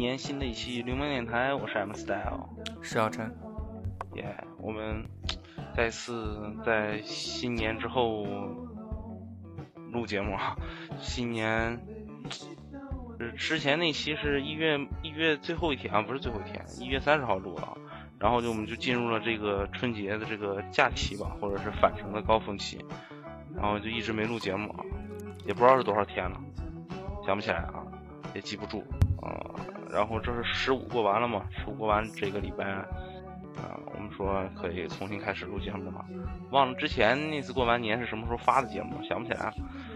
年新的一期流氓电台，我是 M Style， 是小陈。 我们再次在新年之后录节目啊。新年之前那期是一月最后一天啊，不是最后一天，1月30号录了，然后我们就进入了这个春节的这个假期吧，或者是返程的高峰期，然后就一直没录节目啊，也不知道是多少天了，想不起来啊，也记不住啊。然后这是15过完了嘛，15过完这个礼拜我们说可以重新开始录节目嘛，忘了之前那次过完年是什么时候发的节目，想不起来。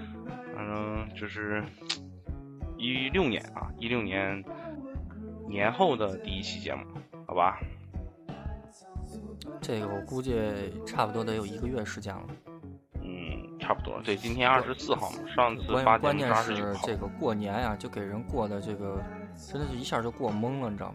就是16年啊，16年年后的第一期节目，好吧？ 这个我估计差不多得有1个月时间了。 差不多。对，今天24号嘛，上次发节目是29号。 关键是这个过年呀，就给人过的这个，真的是一下就过懵了，你知道吗？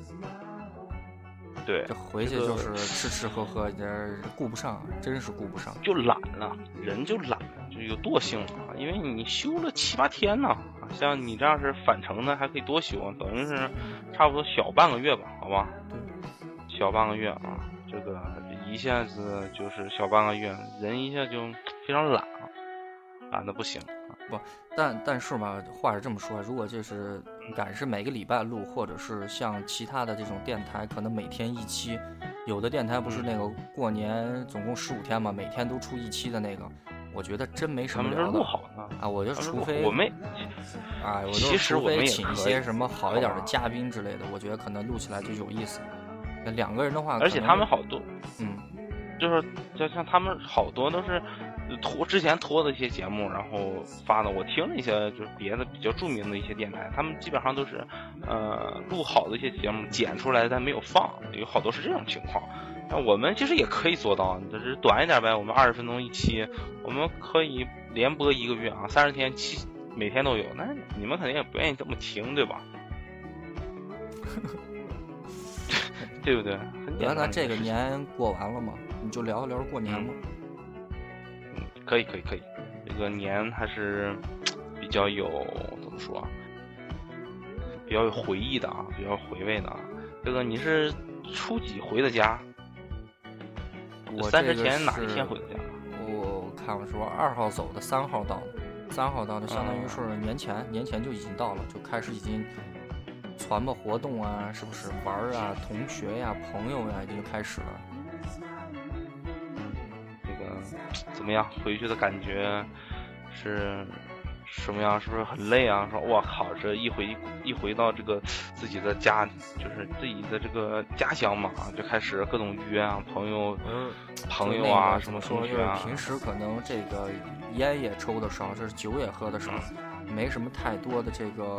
对， 这回去就是吃喝喝，顾不上，真是顾不上。 就懒了，人就懒了，就有惰性了。因为你休了7、8天呢，像你这样是返程的，还可以多休，等于是差不多小半个月吧，好吧？小半个月啊，这个一下子就是小半个月，人一下就非常懒，懒得不行。 不，但是吧，话是这么说，如果就是赶是每个礼拜录，或者是像其他的这种电台，可能每天1期，有的电台不是那个过年总共15天嘛，每天都出1期的那个，我觉得真没什么聊的。 他们是录好的啊，我就除非我没啊，我就除非请一些什么好一点的嘉宾之类的，我觉得可能录起来就有意思。那2个人的话， 而且他们好多， 就是像他们好多都是之前拖的一些节目，然后发的。我听了一些就是别的比较著名的一些电台，他们基本上都是录好的一些节目剪出来但没有放，有好多是这种情况。那我们其实也可以做到，就是短一点呗，我们20分钟1期，我们可以连播1个月啊，30天每天都有。那你们肯定也不愿意这么听，对吧？对不对？ 那这个年过完了嘛，你就聊一聊过年嘛。 可以，这个年还是比较有怎么说，比较有回忆的啊，比较回味的啊。这个你是初几回的家？ 我 30前哪一天回的家？ 我看我说2号走的，3号到的，3号到的，相当于是年前就已经到了，就开始已经传播活动啊，是不是玩啊，同学呀、朋友呀，已经开始了。 怎么样？回去的感觉是什么样？是不是很累啊？说我靠，这一回到这个自己的家，就是自己的这个家乡嘛，就开始各种约啊，朋友啊，什么同学啊。 平时可能这个烟也抽的少，这是酒也喝的少，没什么太多的这个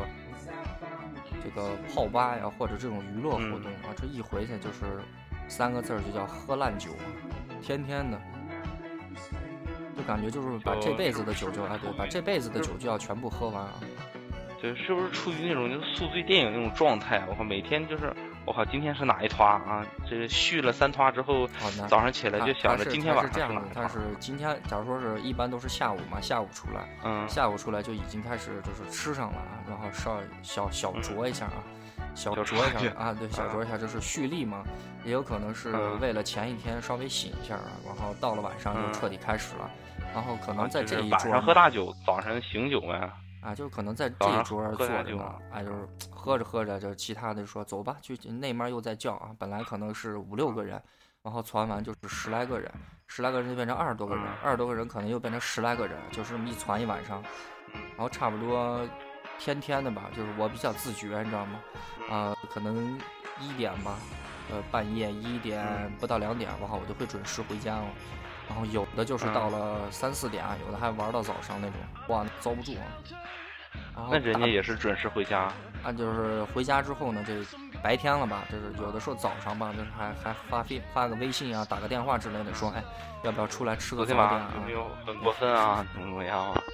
泡吧呀，或者这种娱乐活动啊。这一回去就是3个字，就叫喝烂酒，天天的。就感觉就是把这辈子的酒把这辈子的酒就要全部喝完啊！ 对，是不是处于那种就是宿醉电影那种状态？我靠，每天就是我靠，今天是哪一团啊？这续了3团之后，早上起来就想着今天晚上是这样的。但是今天假如说是一般都是下午嘛，下午出来，下午出来就已经开始就是吃上了啊，然后稍微小酌一下啊。小酌一下啊，对，小酌一下，这是蓄力嘛，也有可能是为了前一天稍微醒一下啊，然后到了晚上就彻底开始了，然后可能在这一桌晚上喝大酒，早上醒酒呗。 啊，就可能在这一桌坐着呢，就是喝着，就其他的说走吧，去那面又在叫啊，本来可能是5、6个人，然后传完就是10来个人，10来个人就变成20多个人，20多个人可能又变成10来个人，就是这么一传一晚上，然后差不多。天的吧，就是我比较自觉，你知道吗？可能1点吧，半夜1点不到2点，然后我就会准时回家了。然后有的就是到了3、4点，有的还玩到早上那种，哇，遭不住啊。然后那人家也是准时回家啊，就是回家之后呢，这白天了吧，就是有的时候早上吧，就是还发个微信啊，打个电话之类的，说要不要出来吃个早点啊？ 有没有很过分啊？怎么样啊？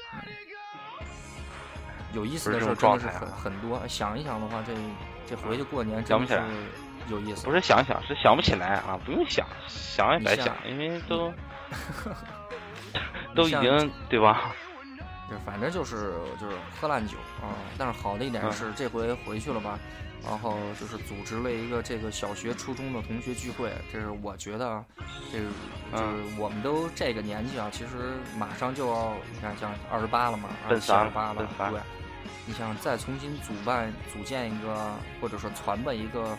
有意思的事真的是很多，想一想的话，这回去过年真的是有意思。 不是想想，是想不起来啊！不用想也白想，因为都已经对吧？ 反正就是喝烂酒啊。但是好的一点是这回回去了吧， 然后就是组织了一个这个小学、初中的同学聚会。这是我觉得，这个就是我们都这个年纪啊，其实马上就要，你看像28了嘛，27、28了，对。你想再重新组建一个，或者说传吧一个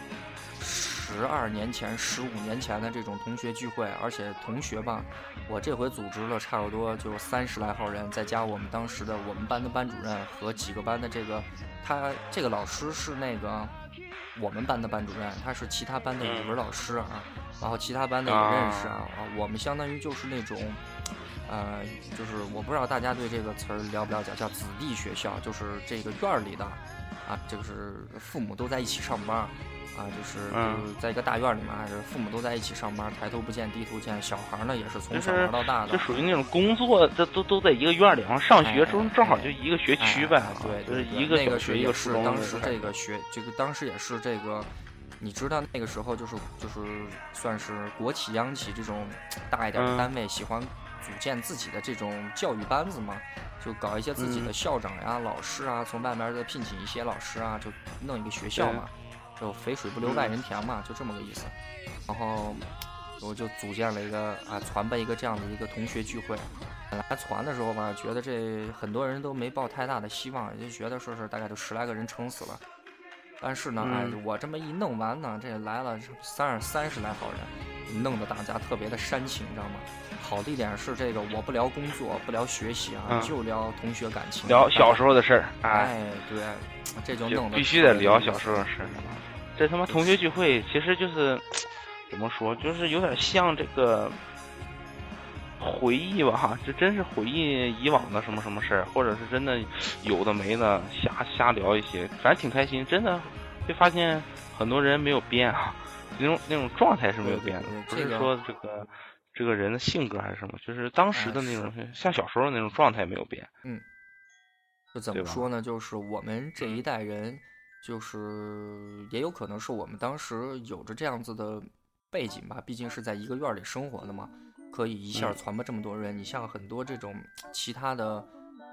12年前、15年前的这种同学聚会，而且同学吧，我这回组织了差不多就30来号人，再加我们当时的我们班的班主任和几个班的他这个老师是那个我们班的班主任，他是其他班的语文老师啊，然后其他班的也认识啊，我们相当于就是那种。就是我不知道大家对这个词儿了不了解，叫子弟学校，就是这个院里的啊，这个是父母都在一起上班啊，就是在一个大院里面，还是父母都在一起上班，抬头不见低头见，小孩呢也是从小玩到大的， 就属于那种工作，这都在一个院里，然后上学时候正好就一个学区呗， 对， 就是一个小学一个初中。 当时当时也是这个。你知道那个时候就是算是国企央企这种大一点的单位喜欢组建自己的这种教育班子嘛，就搞一些自己的校长呀、老师啊，从外面再聘请一些老师啊，就弄一个学校嘛，就肥水不流外人田嘛，就这么个意思。然后我就组建了一个传吧一个这样的一个同学聚会。本来传的时候吧，觉得这很多人都没抱太大的希望，也就觉得说是大概就10来个人撑死了。但是呢，我这么一弄完呢，这来了30来号人，弄得大家特别的煽情，你知道吗？好的一点是这个，我不聊工作，不聊学习啊，就聊同学感情， 聊小时候的事儿。 对，这就弄得必须得聊小时候的事儿。这他妈同学聚会其实就是怎么说，就是有点像这个回忆吧，哈，这真是回忆以往的什么什么事儿，或者是真的有的没的瞎聊一些，反正挺开心。真的会发现很多人没有变啊，那种状态是没有变的，不是说这个人的性格还是什么，就是当时的那种像小时候那种状态没有变。 就怎么说呢？就是我们这一代人，就是也有可能是我们当时有着这样子的背景吧，毕竟是在一个院里生活的嘛。可以一下传吧这么多人，你像很多这种其他的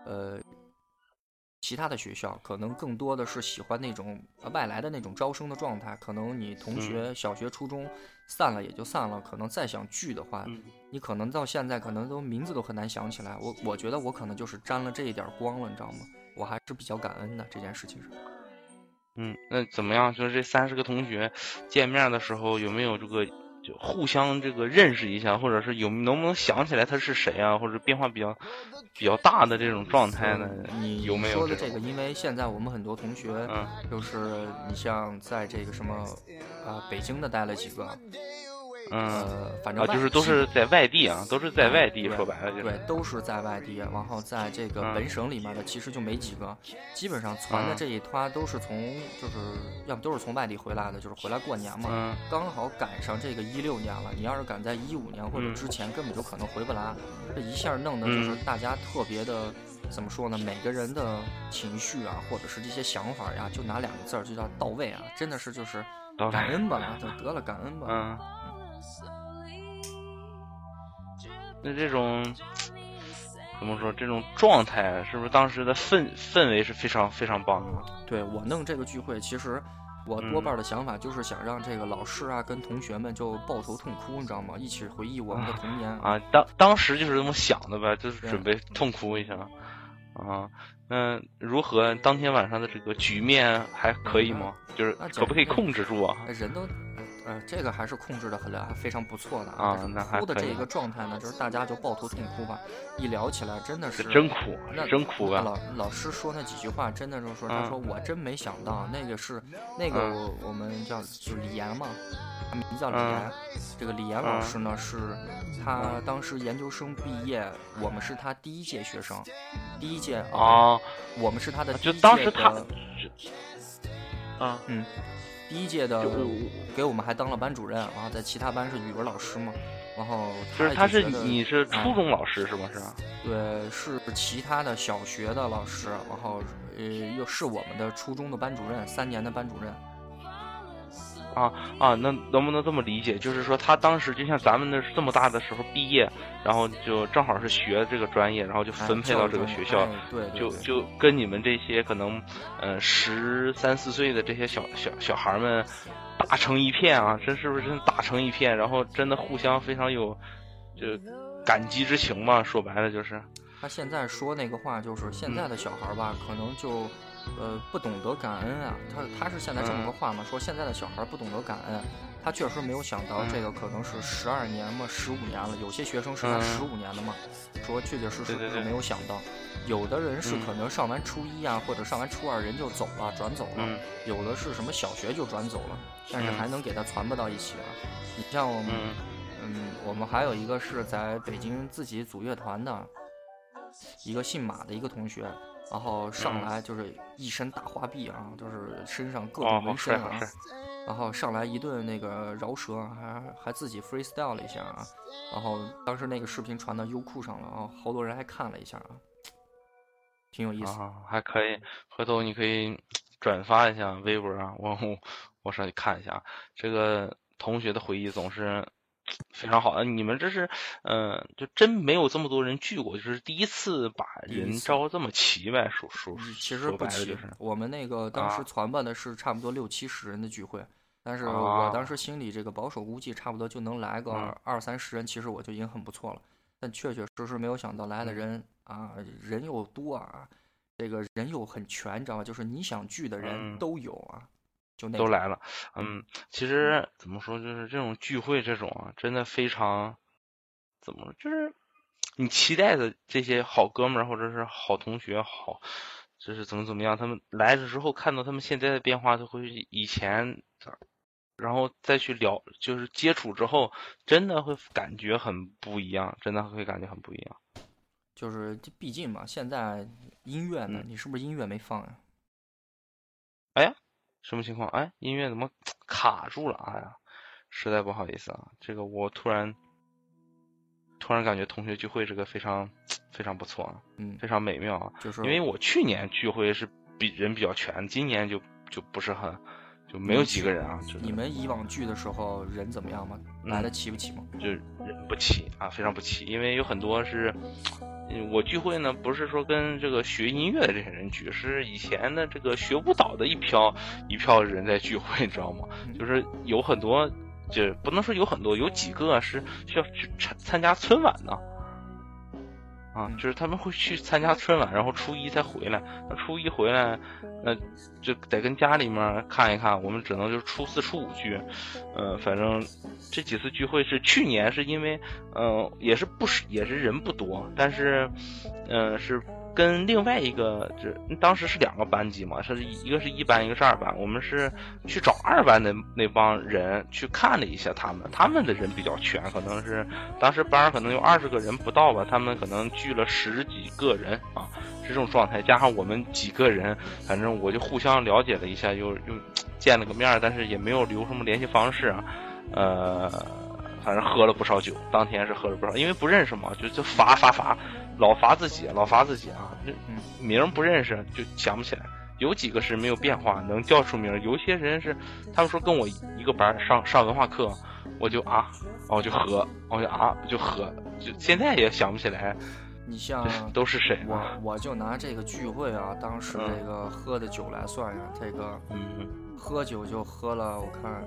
学校，可能更多的是喜欢那种外来的那种招生的状态。可能你同学小学、初中散了也就散了，可能再想聚的话，你可能到现在可能都名字都很难想起来。我觉得我可能就是沾了这一点光了，你知道吗？我还是比较感恩的这件事情上。 那怎么样？就是这30个同学见面的时候有没有这个？就互相这个认识一下，或者是能不能想起来他是谁啊，或者变化比较大的这种状态呢？ 你有没有说的这个？因为现在我们很多同学，就是你像在这个什么北京的待了几个，反正就是都是在外地啊，都是在外地，说白了就是对，都是在外地。然后在这个本省里面的其实就没几个，基本上传的这一团都是就是要么都是从外地回来的，就是回来过年嘛，刚好赶上这个16年了。你要是赶在15年或者之前，根本就可能回不来。这一下弄的就是大家特别的，怎么说呢？每个人的情绪啊，或者是这些想法呀，就拿2个字儿，就叫到位啊！真的是就是感恩吧，就得了感恩吧。 那这种怎么说？这种状态是不是当时的氛围是非常非常棒的？ 对，我弄这个聚会，其实我多半的想法就是想让这个老师啊跟同学们就抱头痛哭，你知道吗？一起回忆我们的童年啊。当时就是这么想的呗，就是准备痛哭一下啊。如何？当天晚上的这个局面还可以吗？就是可不可以控制住啊？ 人都。这个还是控制的非常不错的啊。哭的这一个状态呢，就是大家就抱头痛哭吧。一聊起来，真的是真哭，真哭啊！ 老师说那几句话，真的就是说，他说我真没想到，那个我们就李岩嘛，他名字叫李岩。这个李岩老师呢，是他当时研究生毕业，我们是他第1届学生，第1届我们是他的第1届的。 就当时他第1届的给我们还当了班主任，然后在其他班是语文老师嘛，然后你是初中老师是吧？是吧？ 对，是其他的小学的老师，然后又是我们的初中的班主任，3年的班主任。 那能不能这么理解？就是说他当时就像咱们那这么大的时候毕业，然后就正好是学这个专业，然后就分配到这个学校， 对， 就跟你们这些可能13、14岁的这些小孩们打成一片啊，这是不是真打成一片？然后真的互相非常有就感激之情嘛？说白了就是。 他现在说那个话，就是现在的小孩吧，可能就不懂得感恩啊。他是现在这么个话嘛，说现在的小孩不懂得感恩。他确实没有想到这个可能是12年嘛，15年了，有些学生是才15年的嘛，说确确实实就没有想到。有的人是可能上完初一啊，或者上完初二人就走了，转走了，有的是什么小学就转走了，但是还能给他传播到一起啊。你像我们我们还有一个是在北京自己组乐团的一个姓马的一个同学，然后上来就是一身大花臂啊，就是身上各种纹身啊，然后上来一顿那个饶舌，还自己 freestyle 了一下啊，然后当时那个视频传到优酷上了啊，好多人还看了一下啊，挺有意思啊，还可以，回头你可以转发一下微博啊，我上去看一下，这个同学的回忆总是非常好的。你们这是就真没有这么多人聚过，就是第一次把人招这么齐呗， 其实不齐， 就是我们那个当时传办的是差不多60、70人的聚会，但是我当时心里这个保守估计差不多就能来个20、30人，其实我就已经很不错了。但确确实实没有想到来的人啊，人又多啊，这个人又很全，你知道吗？就是你想聚的人都有啊，就那都来了。其实怎么说，就是这种聚会这种啊，真的非常怎么就是你期待的这些好哥们儿或者是好同学好。就是怎么样，他们来了之后看到他们现在的变化，都会以前，然后再去聊，就是接触之后，真的会感觉很不一样，真的会感觉很不一样。 就是毕竟嘛，现在音乐呢，你是不是音乐没放呀？ 哎呀，什么情况？哎，音乐怎么卡住了？哎呀，实在不好意思啊，这个我突然感觉同学聚会这个非常不错啊，非常美妙啊。 就是因为我去年聚会是人比较全，今年就不是很，就没有几个人啊。 你们以往聚的时候人怎么样吗？来的齐不齐吗？ 就人不齐啊，非常不齐，因为有很多是。我聚会呢，不是说跟这个学音乐的这些人聚，是以前的这个学舞蹈的一票人在聚会，你知道吗？就是有很多，就不能说有很多，有几个是需要去参加春晚的，就是他们会去参加春晚，然后初一才回来。那初一回来，那就得跟家里面看一看。我们只能就是初4、初5聚。反正这几次聚会是去年是因为，也是人不多，但是，是跟另外一个，当时是2个班级嘛，是一个是1班，一个是2班。我们是去找2班的那帮人去看了一下他们的人比较全，可能是当时班可能有20个人不到吧，他们可能聚了10几个人啊，是这种状态。加上我们几个人，反正我就互相了解了一下，又见了个面，但是也没有留什么联系方式啊。反正喝了不少酒，当天是喝了不少，因为不认识嘛，就罚，老罚自己啊，名不认识就想不起来。有几个是没有变化，能叫出名。有些人是他们说跟我一个班上文化课，我就现在也想不起来。 你像都是谁？ 我就拿这个聚会啊，当时这个喝的酒来算呀，这个喝酒就喝了，我看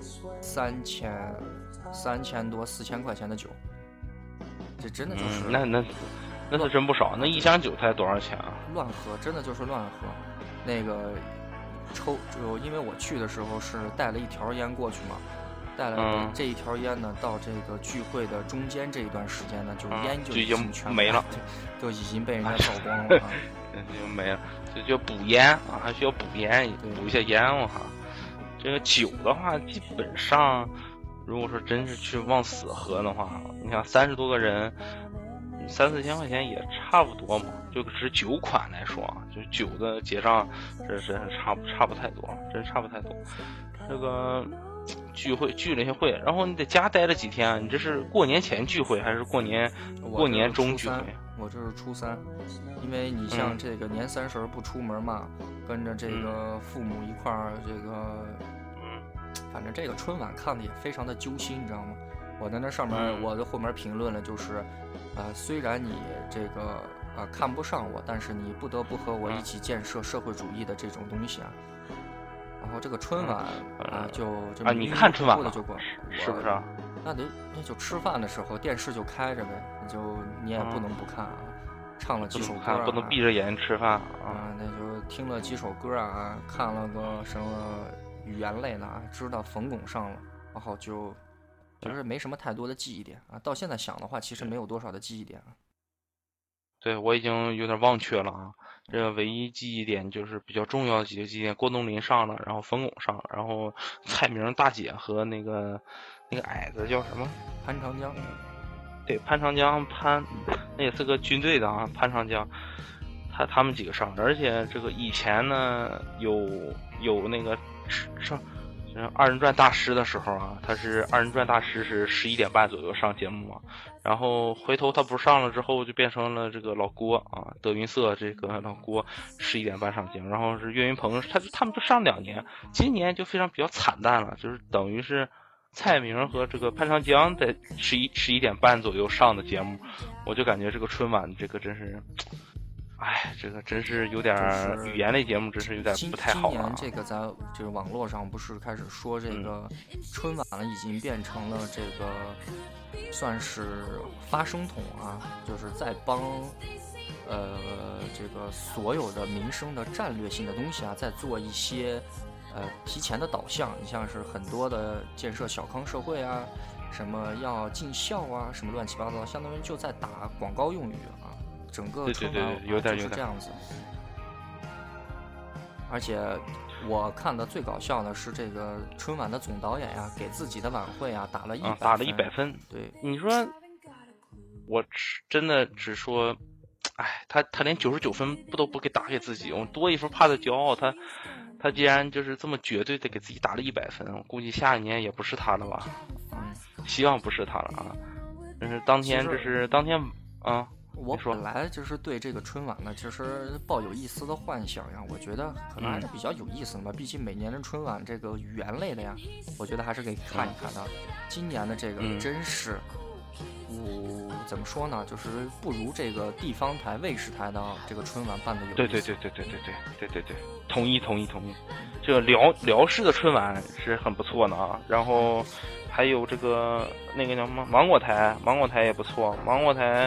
3000多4000块钱的酒，这真的就是那是真不少。那1箱酒才多少钱啊？ 乱喝，真的就是乱喝。那个就因为我去的时候是带了1条烟过去嘛，带了这1条烟呢，到这个聚会的中间这一段时间呢，就烟就已经全没了， 都已经被人家倒光了啊， 就没了，就补烟啊，还需要补烟，补一下烟我哈。这个酒的话，基本上如果说真是去往死喝的话，你看30多个人，3、4千块钱也差不多嘛。就是酒款来说啊，就酒的结账，这是差不太多，真差不太多。这个聚了一些会，然后你在家待了几天啊？你这是过年前聚会还是过年中聚会？ 我这是初3，因为你像这个年30不出门嘛，跟着这个父母一块儿这个反正这个春晚看的也非常的揪心，你知道吗？我在那上面，我的后面评论了，就是，虽然你这个看不上我，但是你不得不和我一起建设社会主义的这种东西啊。然后这个春晚就你看春晚了就过， 是不是啊？ 那就吃饭的时候电视就开着呗，你也不能不看啊。唱了几首歌不能闭着眼睛吃饭那就听了几首歌啊，看了个什么语言类的，知道冯巩上了，然后就是没什么太多的记忆点啊。到现在想的话，其实没有多少的记忆点啊。 对，我已经有点忘却了啊。这个唯一记忆点就是比较重要的几个记忆点，郭冬临上了，然后冯巩上了，然后蔡明大姐和那个矮子叫什么？ 潘长江。 对，潘长江那也是个军队的啊，潘长江，他们几个上了，而且这个以前呢有那个上二人转大师的时候啊，他是二人转大师是11点半左右上节目嘛，然后回头他不上了之后就变成了这个老郭啊，德云社这个老郭11点半上节目，然后是岳云鹏，他们都上2年，今年就非常比较惨淡了，就是等于是蔡明和这个潘长江在11点半左右上的节目，我就感觉这个春晚这个真是。这个真是有点语言类节目，真是有点不太好了。 今年这个在就是网络上不是开始说这个春晚已经变成了这个算是发声筒啊，就是在帮这个所有的民生的战略性的东西啊，在做一些提前的导向。你像是很多的建设小康社会啊，什么要尽孝啊，什么乱七八糟，相当于就在打广告用语啊。整个春晚就是这样子，而且我看的最搞笑的是这个春晚的总导演呀，给自己的晚会啊打了100 分。 对， 你说我真的只说，他连99分都不给打给自己，我多一分怕他骄傲，他既然就是这么绝对的给自己打了100分，我估计下一年也不是他了吧？希望不是他了啊！这是当天啊。 我本来就是对这个春晚呢，其实抱有一丝的幻想呀。我觉得可能还是比较有意思的吧。毕竟每年的春晚这个语言类的呀，我觉得还是可以看一看的。今年的这个真是，怎么说呢？就是不如这个地方台、卫视台的这个春晚办的有意思。 对，同意。这个辽视的春晚是很不错的啊。然后还有这个那个叫什么芒果台也不错，芒果台。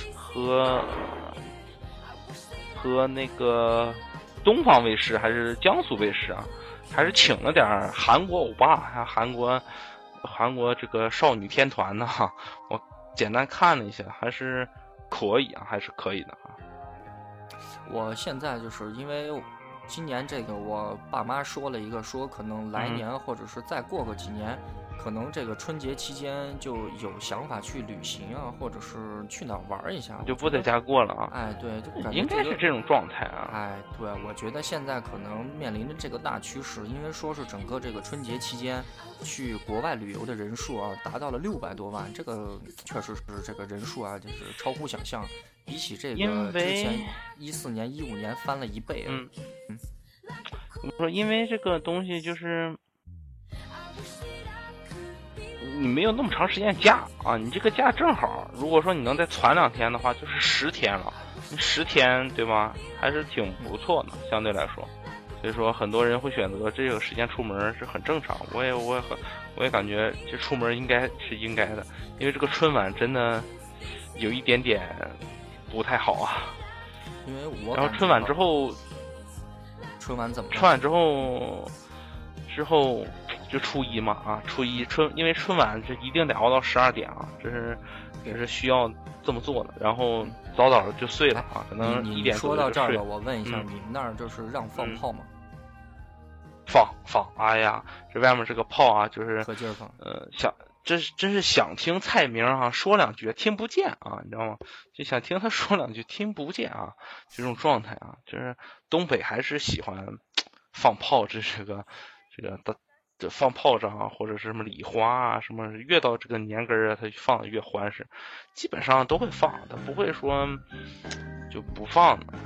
和那个东方卫视还是江苏卫视啊，还是请了点韩国欧巴，还有韩国这个少女天团呢。我简单看了一下，还是可以啊，还是可以的啊。 我现在就是因为今年这个我爸妈说了一个，说可能来年或者是再过个几年。可能这个春节期间就有想法去旅行啊，或者是去哪儿玩一下， 就不在家过了啊。 对，就感觉应该是这种状态啊。 对，我觉得现在可能面临着这个大趋势，因为说是整个这个春节期间去国外旅游的人数啊，达到了600多万，这个确实是这个人数啊，就是超乎想象，比起这个之前14年、15年翻了1倍。 怎么说？因为这个东西就是。你没有那么长时间假啊，你这个假正好，如果说你能再攒2天的话，就是10天了。你10天对吧，还是挺不错的，相对来说。所以说很多人会选择这个时间出门是很正常。我也感觉这出门应该的，因为这个春晚真的有一点点不太好啊。 因为我然后春晚之后， 春晚怎么？ 春晚之后。就初一嘛啊，因为春晚是一定得熬到12点啊，这是需要这么做的，然后早早就睡了啊，可能1点说到这儿了，我问一下，你们那儿就是让放炮吗？ 放，哎呀，这外面这个炮啊，就是可劲儿放， 真是想听蔡明啊说两句，听不见啊，你知道吗？就想听他说两句，听不见啊，这种状态啊，就是东北还是喜欢放炮，这放炮仗啊，或者是什么礼花啊，什么越到这个年根啊，他放的越欢实，基本上都会放，他不会说就不放的。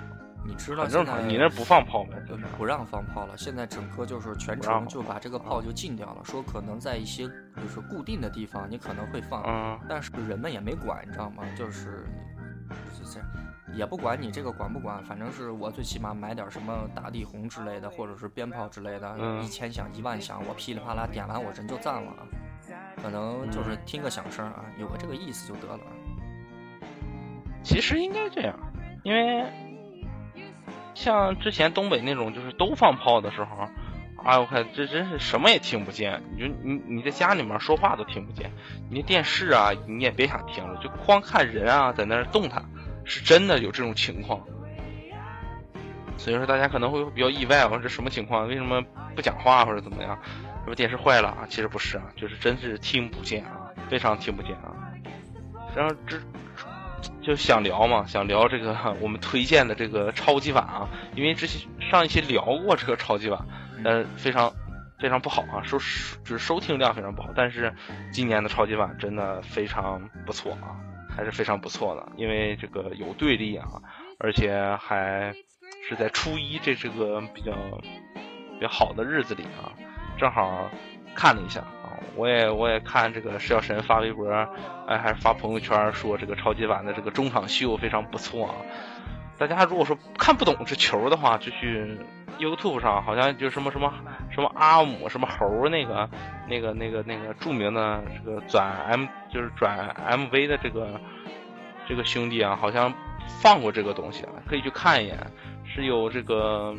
你知道很正常，你那不放炮吗？ 不让放炮了，现在整个就是全程就把这个炮就禁掉了，说可能在一些就是固定的地方你可能会放，但是人们也没管，你知道吗？就是也不管你这个管不管，反正是我最起码买点什么大地红之类的，或者是鞭炮之类的，1000响10000响，我噼里啪啦点完我人就赞了，可能就是听个响声啊，有个这个意思就得了。 其实应该这样，因为像之前东北那种就是都放炮的时候，哎我看这真是什么也听不见，你在家里面说话都听不见，你电视啊你也别想听了，就光看人啊在那儿动弹，是真的有这种情况。所以说大家可能会比较意外，这什么情况？为什么不讲话或者怎么样？是不是电视坏了啊？其实不是啊，就是真是听不见啊，非常听不见啊。然后就想聊嘛，想聊这个我们推荐的这个超级碗啊，因为之前上一期聊过这个超级碗，非常非常不好啊，就是收听量非常不好。但是今年的超级碗真的非常不错啊，还是非常不错的，因为这个有对立啊，而且还是在初一这个比较好的日子里啊，正好看了一下啊，我也看这个石小神发微博，还是发朋友圈说这个超级碗的这个中场秀非常不错啊。大家如果说看不懂这球的话，就去 YouTube 上，好像就什么阿姆什么猴那个著名的这个转 MV 的这个兄弟啊，好像放过这个东西啊，可以去看一眼。是有这个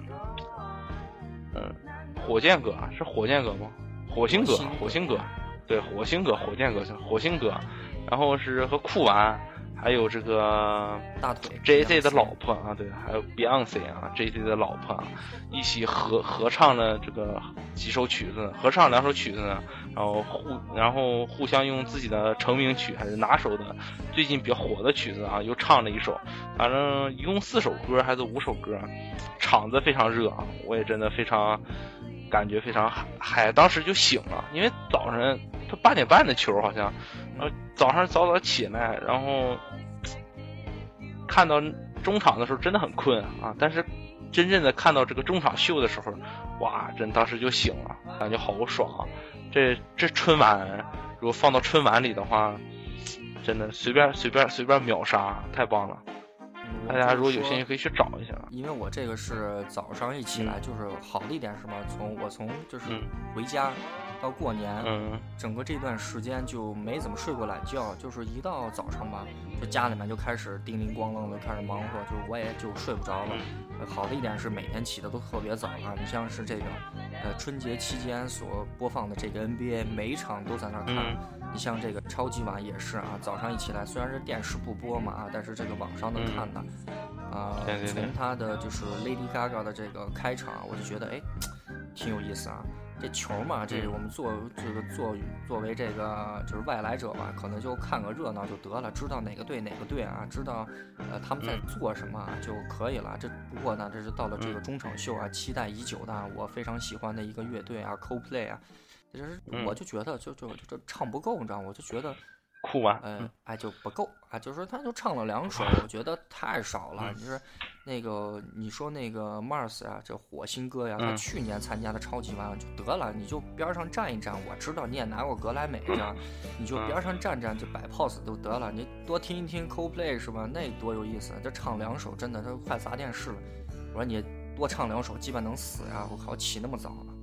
火箭哥，是火箭哥吗？火星哥，对，火星哥，火箭哥，火星哥，然后是和酷玩，还有这个大腿 JZ 的老婆啊，对，还有 Beyonce 啊 ，JZ 的老婆啊，一起合唱了这个几首曲子，合唱2首曲子呢，然后互相用自己的成名曲还是拿手的最近比较火的曲子啊，又唱了一首，反正一共4首歌还是5首歌，场子非常热啊，我也真的感觉非常嗨，当时就醒了，因为早上他8点半的球好像，然后早上早起来，然后看到中场的时候真的很困啊，但是真正的看到这个中场秀的时候，哇，当时就醒了，感觉好爽啊！这春晚如果放到春晚里的话，真的随便秒杀，太棒了。大家如果有兴趣可以去找一下。 因为我这个是早上一起来，就是好的一点是吧？我从就是回家到过年，整个这段时间就没怎么睡过懒觉，就是一到早上吧，就家里面就开始叮铃咣啷的开始忙活，就我也就睡不着了。好的一点是每天起的都特别早啊，你像是这个春节期间所播放的这个 NBA， 每一场都在那看。你像这个超级碗也是啊，早上一起来，虽然是电视不播嘛，但是这个网上能看的，从他的就是 Lady Gaga 的这个开场，我就觉得挺有意思啊。这球嘛，这我们作为这个就是外来者吧，可能就看个热闹就得了，知道哪个队啊，知道他们在做什么就可以了。不过呢，这是到了这个中场秀啊，期待已久的我非常喜欢的一个乐队啊 ，Coldplay 啊。就是我就觉得就唱不够，你知道吗？我就觉得酷啊， 就不够啊，就是说他就唱了2首，我觉得太少了。就是那个你说那个 Mars 啊，这火星哥呀，他去年参加的超级碗就得了，你就边上站一站，我知道你也拿过格莱美这样，你就边上站就摆 pose 就得了，你多听一听 Coldplay 是吧？那多有意思，这唱2首真的他快砸电视了。我说你多唱2首，基本能死呀！我靠，起那么早了。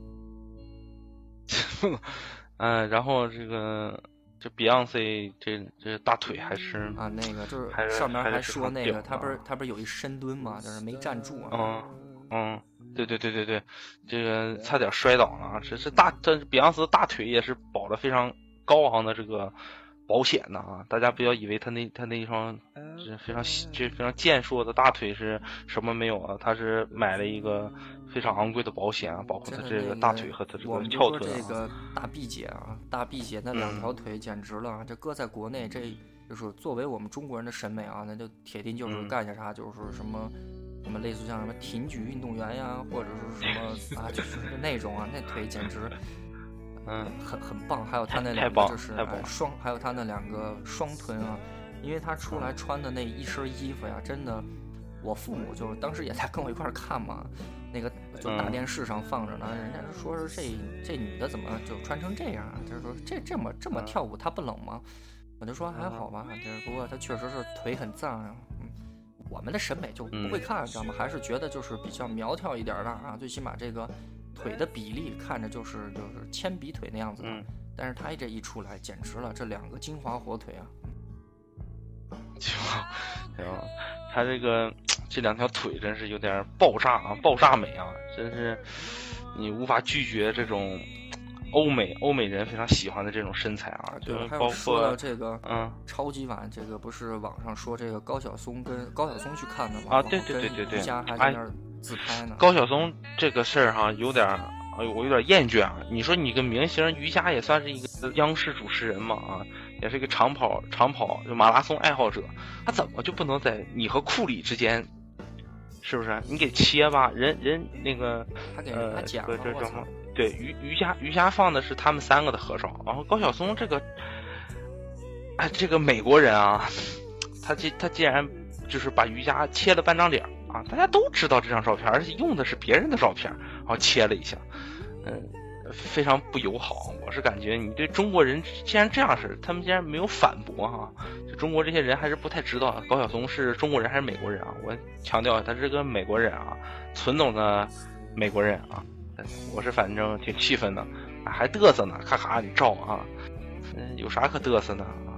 然后这 Beyonce 这大腿还是啊，那个就是上面还说那个他不是有一深蹲嘛，就是没站住啊。 对，这个差点摔倒了。这 Beyonce 的大腿也是保了非常高昂的这个保险的啊！大家不要以为他那一双非常健硕的大腿是什么没有啊？他是买了一个非常昂贵的保险啊，保护他这个大腿和他这个翘腿。 这个大臂姐啊，大臂姐那2条腿简直了！这搁在国内，这就是作为我们中国人的审美啊，那就铁定就是干下啥就是什么类似像什么挺举运动员呀，或者是什么啊，就是那种啊，那腿简直。很棒，还有他那2个就是还有他那2个双臀啊，因为他出来穿的那一身衣服呀，真的我父母就当时也在跟我一块看嘛，那个就大电视上放着呢，人家说是这女的怎么就穿成这样啊？就是说这么跳舞她不冷吗？我就说还好吧，就是不过她确实是腿很脏啊。我们的审美就不会看，知道吗？还是觉得就是比较苗条一点的啊，最起码这个腿的比例看着就是铅笔腿那样子的。但是她这一出来，简直了，这2个金华火腿啊！ 他这2条腿真是有点爆炸美啊！真是你无法拒绝这种欧美人非常喜欢的这种身材啊！ 对， 就是还有说到这个超级碗，这个不是网上说这个高晓松跟高晓松去看的吗？ 啊，对， 瑜伽还在那儿自拍呢。 高晓松这个事儿哈，我有点厌倦啊！你说你个明星，瑜伽也算是一个央视主持人嘛啊，也是一个长跑就马拉松爱好者，他怎么就不能在你和库里之间，是不是？你给切吧，人那个他给他剪了， 这什么？对，瑜伽放的是他们3个的合照，然后高晓松这个美国人啊，他竟然就是把瑜伽切了半张脸啊！大家都知道这张照片，而且用的是别人的照片，然后切了一下，非常不友好。我是感觉你对中国人既然这样式，他们竟然没有反驳哈，就中国这些人还是不太知道高晓松是中国人还是美国人啊！我强调他是个美国人啊，纯种的美国人啊！我是反正挺气愤的，还嘚瑟呢，咔咔你照啊，有啥可嘚瑟呢啊？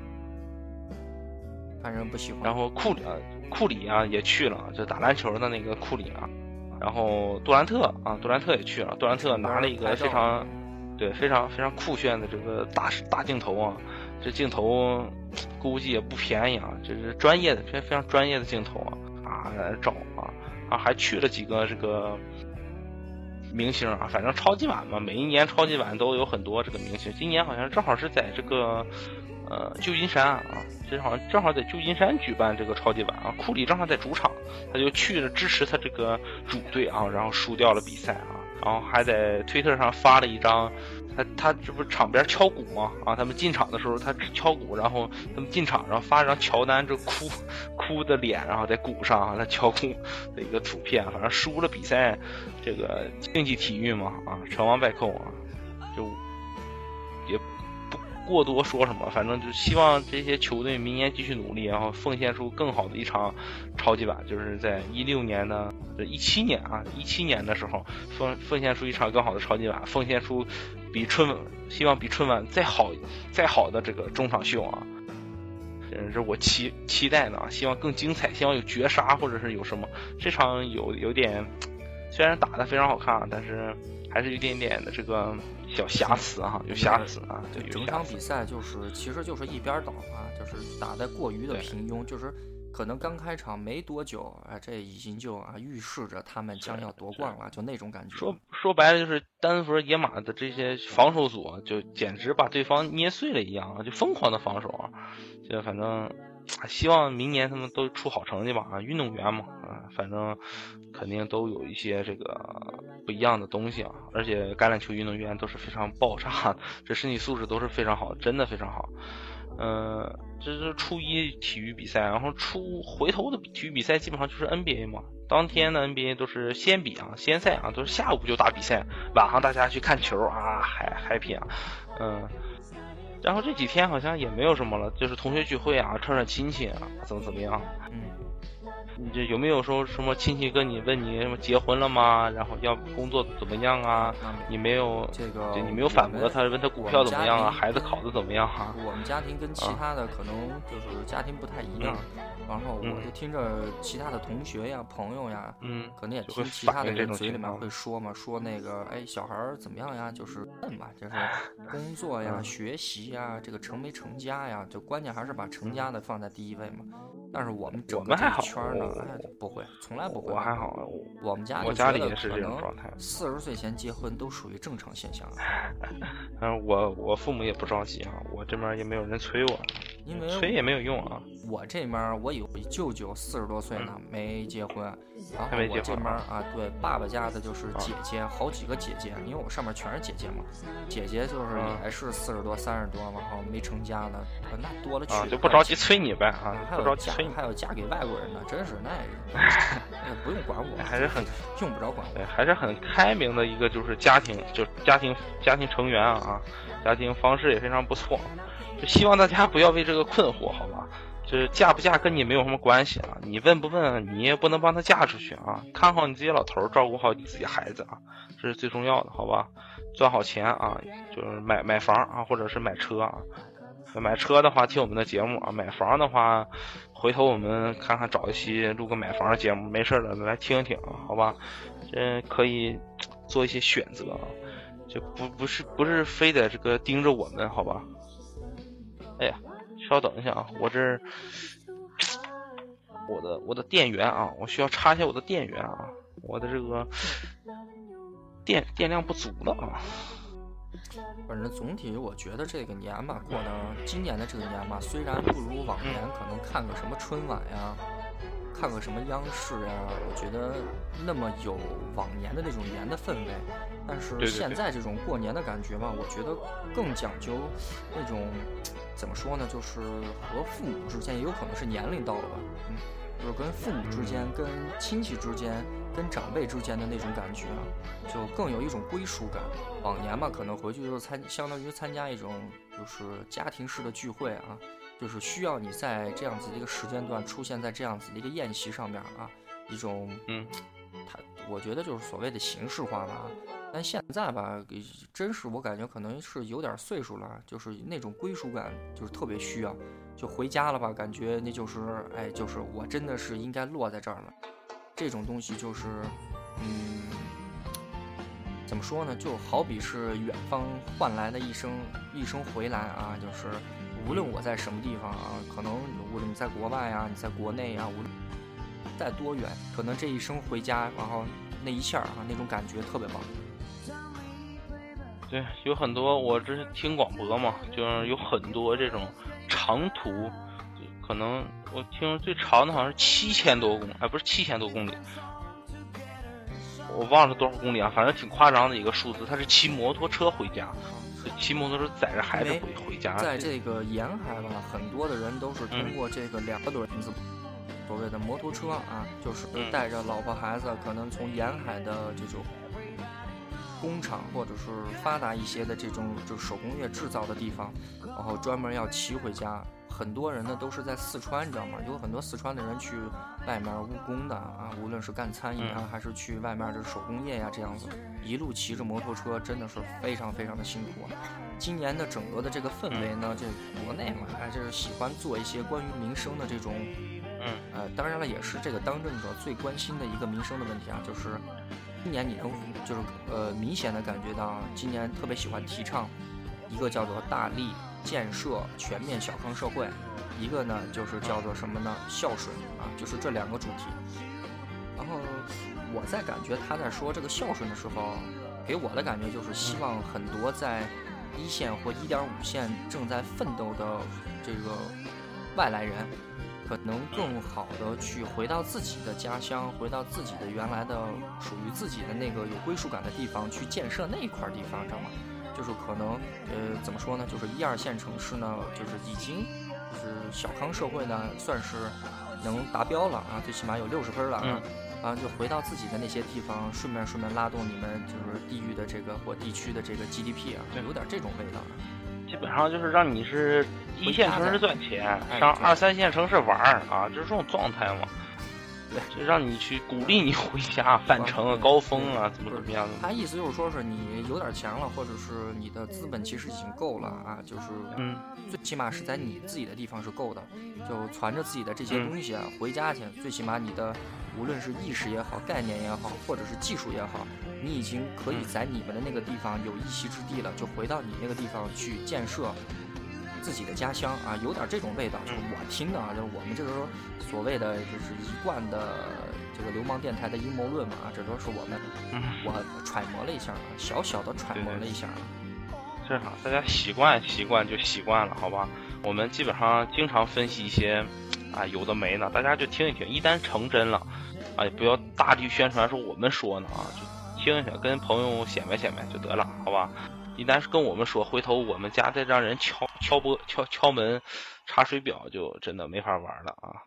反正不喜欢。 然后库里啊也去了，就打篮球的那个库里啊。然后杜兰特也去了，杜兰特拿了一个非常酷炫的这个大镜头啊，这镜头估计也不便宜啊，这是专业的非常专业的镜头啊来照啊，还去了几个这个明星啊，反正超级碗嘛，每一年超级碗都有很多这个明星，今年好像正好是在这个旧金山啊，正好在旧金山举办这个超级碗啊，库里正好在主场，他就去了支持他这个主队啊，然后输掉了比赛啊，然后还在推特上发了一张，他这不是场边敲鼓吗？啊，他们进场的时候他敲鼓，然后他们进场，然后发一张乔丹这哭的脸，然后在鼓上他敲鼓的一个图片，反正输了比赛，这个竞技体育嘛啊，成王败寇啊，就也不过多说什么，反正就希望这些球队明年继续努力，然后奉献出更好的一场超级碗，就是在17年的时候奉献出一场更好的超级碗，奉献出希望比春晚再好的这个中场秀啊，这是我期待的啊，希望更精彩，希望有绝杀或者是有什么，这场有点虽然打得非常好看，但是还是有一点点的这个小瑕疵啊，有瑕疵啊。对， 整场比赛其实就是一边倒啊，就是打得过于的平庸，就是可能刚开场没多久啊，这已经就预示着他们将要夺冠了，就那种感觉。 说白了就是丹佛野马的这些防守组就简直把对方捏碎了一样啊，就疯狂的防守啊，就反正希望明年他们都出好成绩吧啊，运动员嘛啊，反正肯定都有一些这个不一样的东西啊，而且橄榄球运动员都是非常爆炸的，这身体素质都是非常好，真的非常好。这是初一体育比赛，然后回头的体育比赛基本上就是 NBA 嘛。当天的 NBA 都是先赛啊，都是下午就打比赛，晚上大家去看球啊，happy啊，然后这几天好像也没有什么了，就是同学聚会啊，串亲戚啊，怎么样？你这有没有说什么亲戚问你什么结婚了吗？然后要工作怎么样啊？你没有你没有反驳他，问他股票怎么样啊？孩子考得怎么样啊？ 我们家庭跟其他的可能就是家庭不太一样，然后我就听着其他的同学呀、朋友呀，可能也听其他的人嘴里面会说嘛，说那个小孩怎么样呀？就是问嘛，就是工作呀、学习呀，这个成没成家呀，就关键还是把成家的放在第一位嘛。但是我们整个圈呢，不会，从来不会。 我还好， 我们家里也是这种状态。 40岁前结婚都属于正常现象。 我父母也不着急啊，我这边也没有人催我。 因为催也没有用啊。 我这边我有舅舅40多岁呢，没结婚，然后我这边啊，对，爸爸家的就是姐姐，好几个姐姐，因为我上面全是姐姐嘛，姐姐就是也是40多、30多，然后没成家的，那多了去了， 就不着急催你呗啊， 还有嫁给外国人呢，真是那不用管我， 还是很用不着管我， 对，还是很开明的一个就是家庭成员啊，家庭方式也非常不错，就希望大家不要为这个困惑，好吧？就是嫁不嫁跟你没有什么关系啊，你问不问你也不能帮他嫁出去啊，看好你自己老头，照顾好你自己孩子啊，这是最重要的，好吧？赚好钱啊，就是买房啊，或者是买车啊。买车的话听我们的节目啊，买房的话回头我们看看找一期录个买房的节目，没事的来听一听啊，好吧？这可以做一些选择啊，就不是非得这个盯着我们，好吧？哎呀，稍等一下啊，我的电源啊，我需要插一下我的电源啊，我的这个电量不足了啊。 反正总体我觉得这个年吧，过的今年的这个年吧，虽然不如往年可能看个什么春晚呀，看个什么央视呀，我觉得那么有往年的那种年的氛围，但是现在这种过年的感觉吧，我觉得更讲究那种怎么说呢，就是和父母之间也有可能是年龄到了吧，就是跟父母之间、跟亲戚之间、跟长辈之间的那种感觉啊，就更有一种归属感。往年嘛，可能回去就是相当于参加一种就是家庭式的聚会啊，就是需要你在这样子的一个时间段出现在这样子的一个宴席上面啊，一种我觉得就是所谓的形式化吧。但现在吧，真是我感觉可能是有点岁数了，就是那种归属感就是特别需要。就回家了吧，感觉那就是就是我真的是应该落在这儿了。这种东西就是怎么说呢，就好比是远方换来的一声回来啊，就是无论我在什么地方啊，可能无论你在国外啊，你在国内啊，无论在多远，可能这一声回家，然后那一下啊，那种感觉特别棒。 对，有很多我这是听广播嘛，就是有很多这种长途，可能我听最长的好像是7000多公里，不是7000多公里，我忘了多少公里啊，反正挺夸张的一个数字。他是骑摩托车回家，骑摩托车载着孩子回家。 在这个沿海吧，很多的人都是通过这个2轮子，所谓的摩托车啊，就是带着老婆孩子，可能从沿海的这种工厂或者是发达一些的这种就是手工业制造的地方，然后专门要骑回家。很多人呢都是在四川，你知道吗？有很多四川的人去外面务工的啊，无论是干餐饮啊，还是去外面的手工业呀，这样子一路骑着摩托车，真的是非常非常的辛苦啊。今年的整个的这个氛围呢，这国内嘛，还是喜欢做一些关于民生的这种，当然了，也是这个当政者最关心的一个民生的问题啊，就是今年你能就是明显的感觉到，今年特别喜欢提倡一个叫做大力建设全面小康社会，一个呢就是叫做什么呢？孝顺啊，就是这2个主题。然后我在感觉他在说这个孝顺的时候，给我的感觉就是希望很多在1线或1.5线正在奋斗的这个外来人，可能更好的去回到自己的家乡，回到自己的原来的属于自己的那个有归属感的地方，去建设那一块地方，知道吗？就是可能怎么说呢，就是1、2线城市呢，就是已经就是小康社会呢算是能达标了啊，最起码有60分了啊，就回到自己的那些地方，顺便拉动你们就是地域的这个或地区的这个 GDP 啊，有点这种味道。 基本上就是让你是1线城市赚钱，上2、3线城市玩啊，就是这种状态嘛。就让你去鼓励你回家返程啊，高峰啊，怎么样的？ 他意思就是说是你有点钱了，或者是你的资本其实已经够了啊，就是最起码是在你自己的地方是够的，就攒着自己的这些东西啊，回家去，最起码你的无论是意识也好，概念也好，或者是技术也好，你已经可以在你们的那个地方有一席之地了，就回到你那个地方去建设自己的家乡啊，有点这种味道。就是我听的啊，就是我们这个所谓的就是一贯的这个流氓电台的阴谋论嘛，这都是我揣摩了一下，小小的揣摩了一下。 是哈，大家习惯就习惯了，好吧？ 我们基本上经常分析一些啊有的没呢，大家就听一听，一旦成真了啊，也不要大力宣传说我们说呢啊，就听一听，跟朋友显摆显摆就得了，好吧？一旦是跟我们说，回头我们家再让人敲门查水表，就真的没法玩了啊。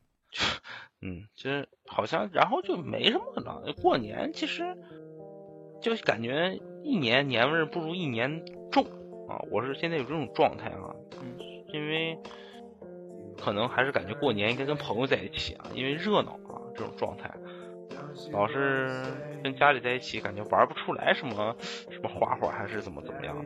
就是好像然后就没什么了。过年其实就感觉一年年味不如一年重啊，我是现在有这种状态啊。因为可能还是感觉过年应该跟朋友在一起啊，因为热闹啊这种状态。老是跟家里在一起，感觉玩不出来什么花活，还是怎么样。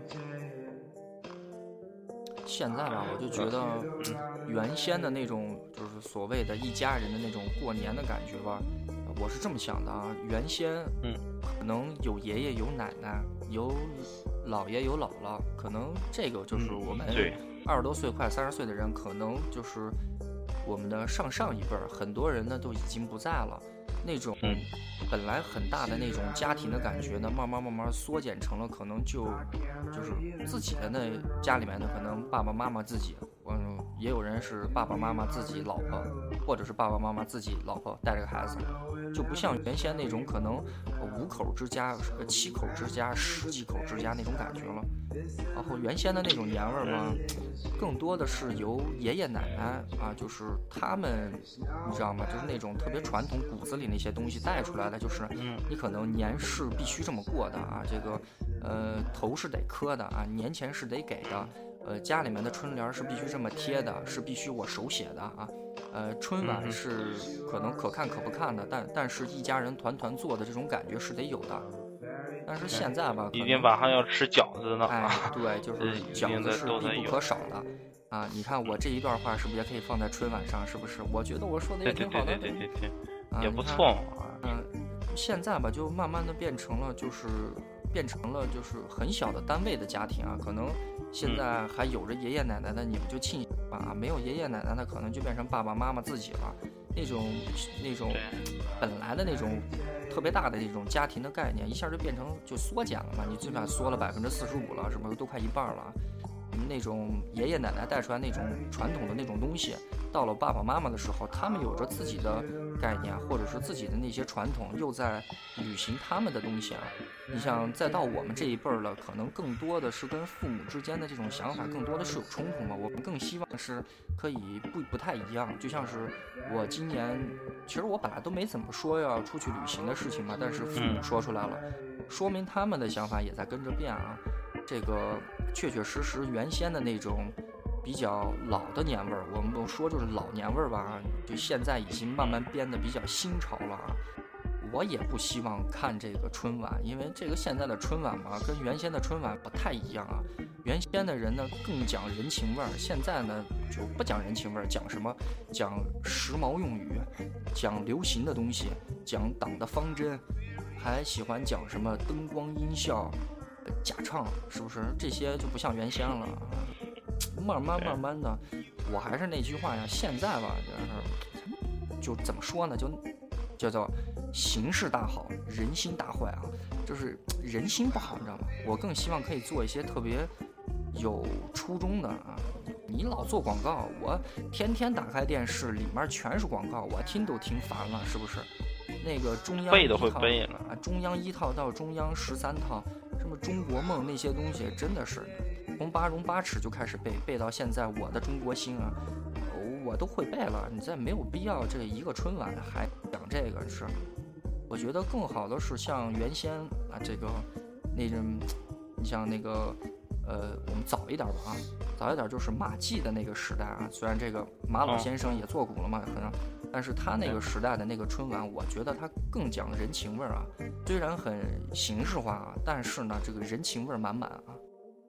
现在吧，我就觉得，原先的那种就是所谓的一家人的那种过年的感觉吧，我是这么想的啊。原先，可能有爷爷有奶奶，有姥爷有姥姥，可能这个就是我们20多岁快30岁的人，可能就是我们的上一辈儿，很多人呢都已经不在了。那种本来很大的那种家庭的感觉呢，慢慢缩减成了可能就是自己的那家里面的，可能爸爸妈妈自己，也有人是爸爸妈妈自己老婆，或者是爸爸妈妈自己老婆带着个孩子，就不像原先那种可能5口之家、7口之家、10几口之家那种感觉了。然后原先的那种年味儿嘛，更多的是由爷爷奶奶啊，就是他们，你知道吗？就是那种特别传统骨子里那些东西带出来的，就是你可能年是必须这么过的啊，这个头是得磕的啊，年前是得给的，家里面的春联是必须这么贴的，是必须我手写的啊。春晚是可能可看可不看的，但是一家人团做的这种感觉是得有的。但是现在吧， 今天晚上要吃饺子呢。 对，就是饺子是必不可少的啊。你看我这一段话是不是也可以放在春晚上？是不是？我觉得我说的也挺好的， 对，也不错嘛。 现在吧，就慢慢的变成了就是很小的单位的家庭啊，可能现在还有着爷爷奶奶的，你们就庆幸吧；没有爷爷奶奶的，可能就变成爸爸妈妈自己了。那种本来的那种特别大的那种家庭的概念，一下就变成就缩减了嘛。你最起码缩了45%了，什么都快一半了。那种爷爷奶奶带出来那种传统的那种东西，到了爸爸妈妈的时候，他们有着自己的概念，或者是自己的那些传统，又在履行他们的东西啊。你像再到我们这一辈儿了，可能更多的是跟父母之间的这种想法，更多的是有冲突嘛。我们更希望是可以不太一样。就像是我今年，其实我本来都没怎么说要出去旅行的事情嘛，但是父母说出来了，说明他们的想法也在跟着变啊。这个确实原先的那种比较老的年味儿，我们不说就是老年味儿吧，就现在已经慢慢变得比较新潮了啊。我也不希望看这个春晚，因为这个现在的春晚嘛，跟原先的春晚不太一样啊。原先的人呢更讲人情味儿，现在呢就不讲人情味儿，讲什么？讲时髦用语，讲流行的东西，讲党的方针，还喜欢讲什么灯光音效。假唱是不是这些就不像原先了？慢慢的，我还是那句话呀，现在吧，就怎么说呢？就叫做形势大好，人心大坏啊！就是人心不好，你知道吗？我更希望可以做一些特别有初衷的啊！你老做广告，我天天打开电视，里面全是广告，我听都听烦了，是不是？那个中央背都会背了啊，中央1套到中央13套。什么中国梦那些东西真的是从八荣八耻就开始背到现在，我的中国心啊，我都会背了。你再没有必要这一个春晚还讲这个是，我觉得更好的是像原先啊这个那种，你像那个我们早一点吧啊，早一点就是马季的那个时代啊，虽然这个马老先生也做古了嘛，可能。但是他那个时代的那个春晚，我觉得他更讲人情味儿啊，虽然很形式化啊，但是呢，这个人情味儿满满啊。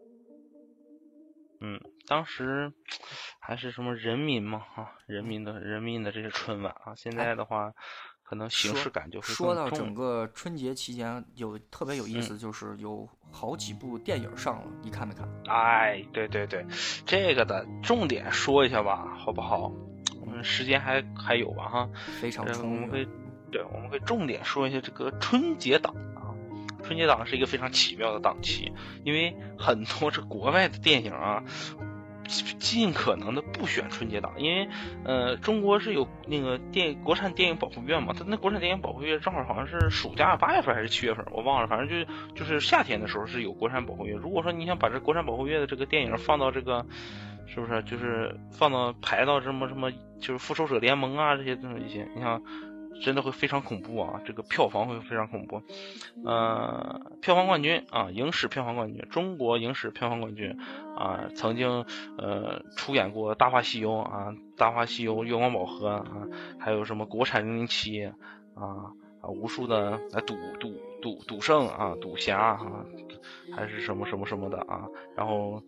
当时还是什么人民嘛啊，人民的这些春晚啊，现在的话，可能形式感就会更重。 说到整个春节期间，有特别有意思，就是有好几部电影上了，你看没看？ 哎，对，这个的重点说一下吧，好不好？时间还有吧哈， 非常充裕。 我们会重点说一下这个春节档啊。春节档是一个非常奇妙的档期，因为很多这国外的电影啊， 尽可能的不选春节档，因为中国是有那个国产电影保护月嘛，它那国产电影保护月正好像是暑假8月份还是7月份，我忘了，反正就是夏天的时候是有国产保护月。如果说你想把这国产保护月的这个电影放到这个，是不是就是排到什么就是复仇者联盟啊这些一些，你看真的会非常恐怖啊，这个票房会非常恐怖。票房冠军啊，影史票房冠军，中国影史票房冠军啊，曾经出演过《大话西游》啊，《大话西游》《月光宝盒》啊，还有什么国产007啊，无数的赌圣啊，赌侠啊，还是什么的啊，然后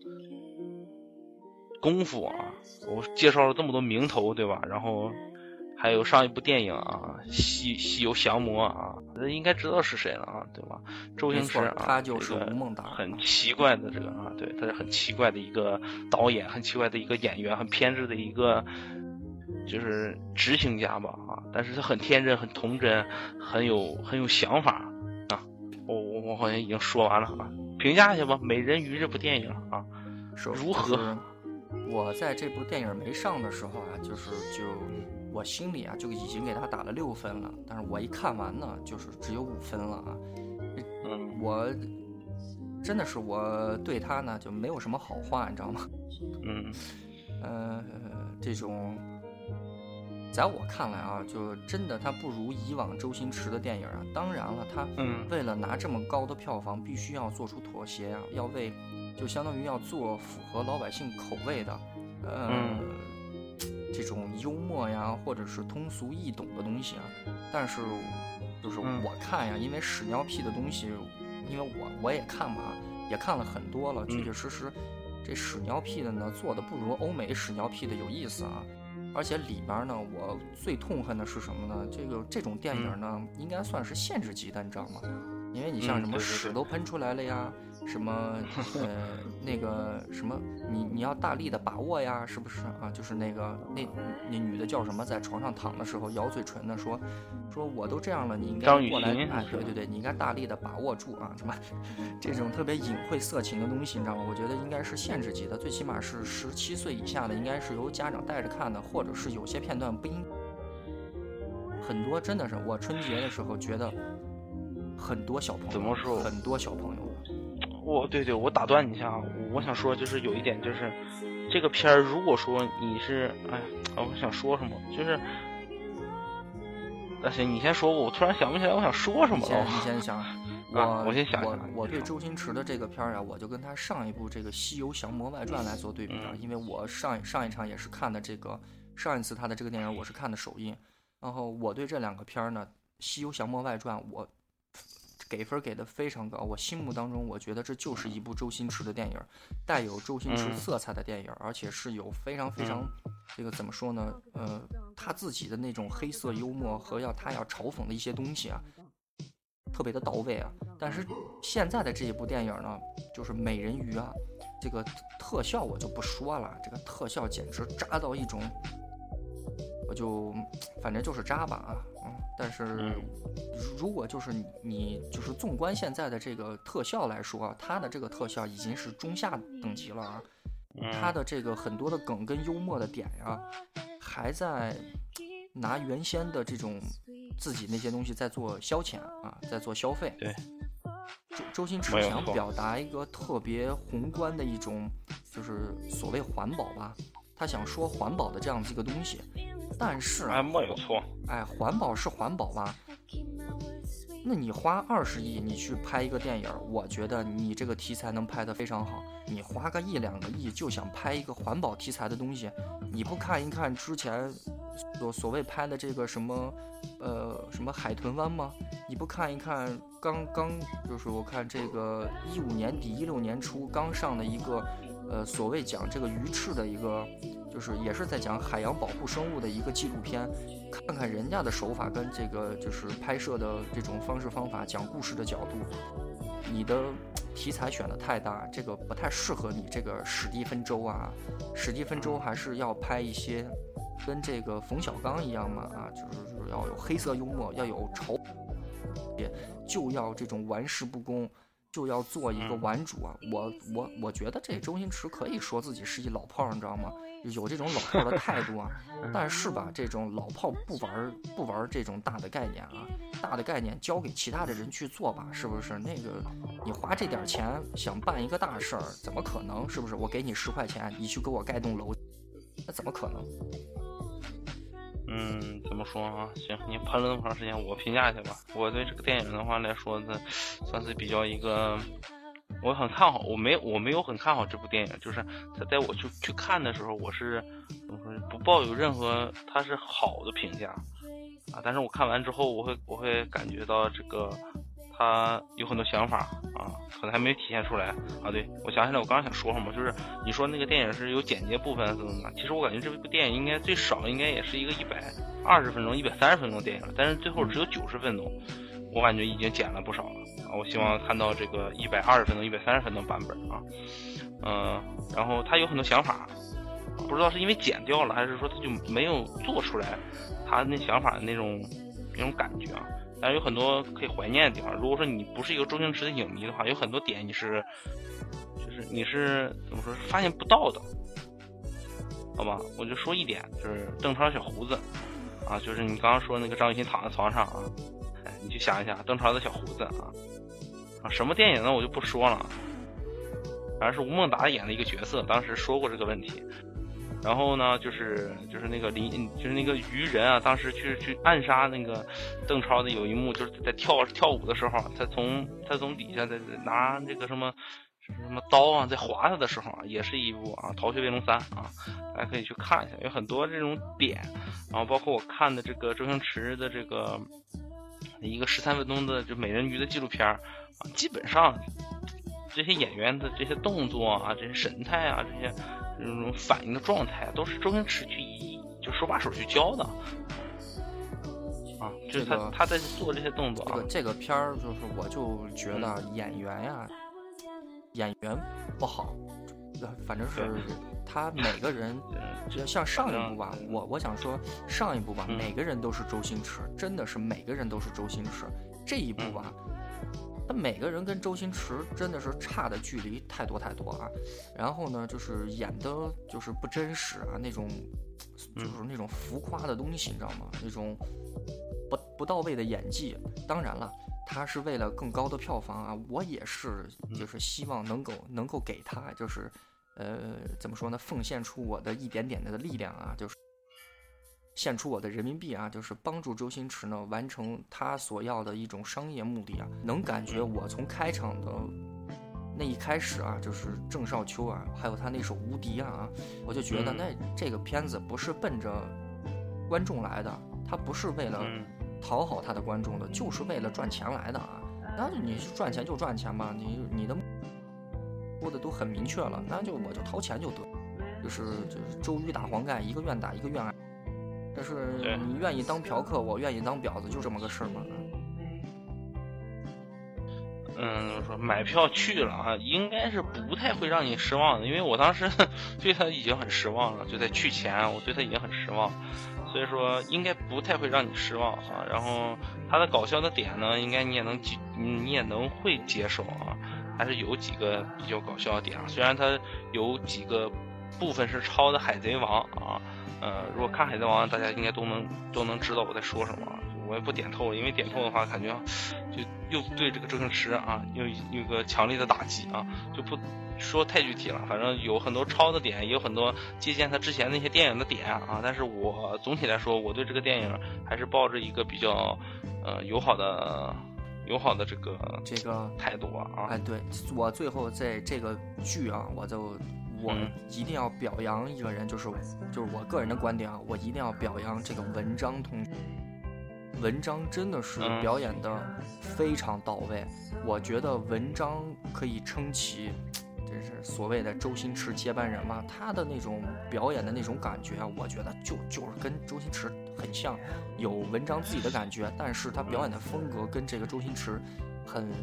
功夫啊，我介绍了这么多名头，对吧？然后还有上一部电影啊，西游降魔啊，应该知道是谁了啊，对吧？周星驰啊， 他就是吴孟达， 很奇怪的这个啊，对，他是很奇怪的一个导演，很奇怪的一个演员，很偏执的一个就是执行家吧啊，但是他很天真，很童真，很有想法啊。我好像已经说完了啊，评价一下吧，《美人鱼》这部电影啊，如何？ 我在这部电影没上的时候啊，就我心里啊就已经给他打了6分了，但是我一看完呢，就是只有5分了啊。我真的是我对他呢就没有什么好话，你知道吗？这种在我看来啊，就真的他不如以往周星驰的电影啊。当然了，他为了拿这么高的票房，必须要做出妥协啊，就相当于要做符合老百姓口味的，这种幽默呀，或者是通俗易懂的东西啊。但是，就是我看呀，因为屎尿屁的东西，因为我也看嘛，也看了很多了，确确实实，这屎尿屁的呢做的不如欧美屎尿屁的有意思啊。而且里边呢，我最痛恨的是什么呢？这种电影呢，应该算是限制级的，你知道吗？因为你像什么屎都喷出来了呀，什么那个什么，你要大力的把握呀，是不是啊？就是那女的叫什么，在床上躺的时候咬嘴唇的说我都这样了，你应该过来，哎，对，你应该大力的把握住啊，什么这种特别隐晦色情的东西，你知道吗？我觉得应该是限制级的，最起码是17岁以下的，应该是由家长带着看的，或者是有些片段不应。很多真的是我春节的时候觉得。很多小朋友， 怎么说？ 很多小朋友。对，我打断你一下啊，我想说就是有一点就是，这个片儿如果说你是，我想说什么就是，行，你先说，我突然想不起来我想说什么了。 你先想， 我先想。 我对周星驰的这个片儿啊，我就跟他上一部这个《西游降魔外传》来做对比因为我上一场也是看的这个，上一次他的这个电影我是看的首映，然后我对这2个片儿呢，《西游降魔外传》我给分给的非常高，我心目当中我觉得这就是一部周星驰的电影，带有周星驰色彩的电影，而且是有非常这个怎么说呢？他自己的那种黑色幽默和他要嘲讽的一些东西啊，特别的到位啊。但是现在的这一部电影呢，就是美人鱼啊，这个特效我就不说了，这个特效简直渣到一种，我就反正就是渣吧啊。但是如果就是你就是纵观现在的这个特效来说啊，它的这个特效已经是中下等级了啊，它的这个很多的梗跟幽默的点呀，还在拿原先的这种自己那些东西在做消遣啊，在做消费。 对， 周星驰想表达一个特别宏观的一种，就是所谓环保吧，他想说环保的这样子一个东西。但是没有错， 环保是环保吧？那你花20亿你去拍一个电影，我觉得你这个题材能拍得非常好。你花个1、2个亿就想拍一个环保题材的东西，你不看一看之前所谓拍的这个什么海豚湾吗？你不看一看刚就是我看这个15年底16年初刚上的一个所谓讲这个鱼翅的一个。就是也是在讲海洋保护生物的一个纪录片，看看人家的手法跟这个就是拍摄的这种方式方法，讲故事的角度，你的题材选的太大，这个不太适合你这个史蒂芬周啊。史蒂芬周还是要拍一些跟这个冯小刚一样嘛啊，就是要有黑色幽默，要有就要这种玩世不恭， 就要做一个玩主啊。我觉得这周星驰可以说自己是一老炮，你知道吗？有这种老炮的态度啊。但是吧，这种老炮不玩这种大的概念啊，大的概念交给其他的人去做吧，是不是？那个你花这点钱想办一个大事儿，怎么可能？是不是？我给你10块钱，你去给我盖栋楼，那怎么可能？ 怎么说啊？行，你喷了那么长时间，我评价一下吧。我对这个电影的话来说呢，算是比较一个，我很看好。我没有很看好这部电影，就是他在我去看的时候，我是怎么说，不抱有任何它是好的评价啊。但是我看完之后，我会感觉到这个他有很多想法啊，可能还没有体现出来啊。对，我想起来，我刚刚想说什么，就是你说那个电影是有简介部分怎么的，其实我感觉这部电影应该最少应该也是一个120分钟、130分钟的电影，但是最后只有90分钟，我感觉已经减了不少了啊。我希望看到这个120分钟、130分钟版本啊，然后他有很多想法，不知道是因为剪掉了，还是说他就没有做出来他那想法的那种感觉啊。但是有很多可以怀念的地方。如果说你不是一个周星驰的影迷的话，有很多点你是怎么说发现不到的，好吧？我就说一点，就是邓超小胡子啊，就是你刚刚说那个张艺兴躺在床上啊，你去想一下邓超的小胡子啊，什么电影呢？我就不说了，反正是吴孟达演的一个角色，当时说过这个问题。然后呢，就是那个那个鱼人啊，当时去暗杀那个邓超的有一幕，就是在跳舞的时候，他从底下在拿这个什么刀啊，在划他的时候啊，也是一部啊《逃学威龙3》啊，大家可以去看一下，有很多这种点。然后包括我看的这个周星驰的这个一个13分钟的就美人鱼的纪录片啊，基本上这些演员的这些动作啊，这些神态啊，这种反应的状态都是周星驰就手把手去教的啊，就是他在做这些动作啊。 这个片儿就是我就觉得演员不好，反正是他每个人像上一部吧，我想说上一部吧，每个人都是周星驰，真的是每个人都是周星驰。这一部吧。他每个人跟周星驰真的是差的距离太多啊，然后呢，就是演的就是不真实啊，那种就是那种浮夸的东西，你知道吗？那种不到位的演技。当然了，他是为了更高的票房啊，我也是就是希望能够给他就是怎么说呢，奉献出我的一点点的力量啊，就是献出我的人民币啊，就是帮助周星驰呢完成他所要的一种商业目的啊。能感觉我从开场的那一开始啊，就是郑少秋啊，还有他那首《无敌》啊，我就觉得那这个片子不是奔着观众来的，他不是为了讨好他的观众的，就是为了赚钱来的啊。那你赚钱就赚钱嘛，你的说的都很明确了，那就我就掏钱就得，就是周瑜打黄盖，一个愿打一个愿挨。但是你愿意当嫖客，我愿意当婊子，就这么个事儿嘛。 说买票去了啊，应该是不太会让你失望的，因为我当时对他已经很失望了，就在去前我对他已经很失望，所以说应该不太会让你失望啊。然后他的搞笑的点呢，应该你也能会接受啊，还是有几个比较搞笑的点啊，虽然他有几个部分是抄的《海贼王》啊。如果看《海贼王》，大家应该都能知道我在说什么，我也不点透了，因为点透的话，感觉就又对这个周星驰啊有一个强烈的打击啊，就不说太具体了。反正有很多抄的点，也有很多借鉴他之前那些电影的点啊。但是我总体来说，我对这个电影还是抱着一个比较友好的这个态度啊。 哎，对，我最后在这个剧啊，我一定要表扬一个人，就是我个人的观点啊，我一定要表扬这个文章同学。文章真的是表演的非常到位，我觉得文章可以撑起这是所谓的周星驰接班人嘛，他的那种表演的那种感觉啊，我觉得就是跟周星驰很像，有文章自己的感觉，但是他表演的风格跟这个周星驰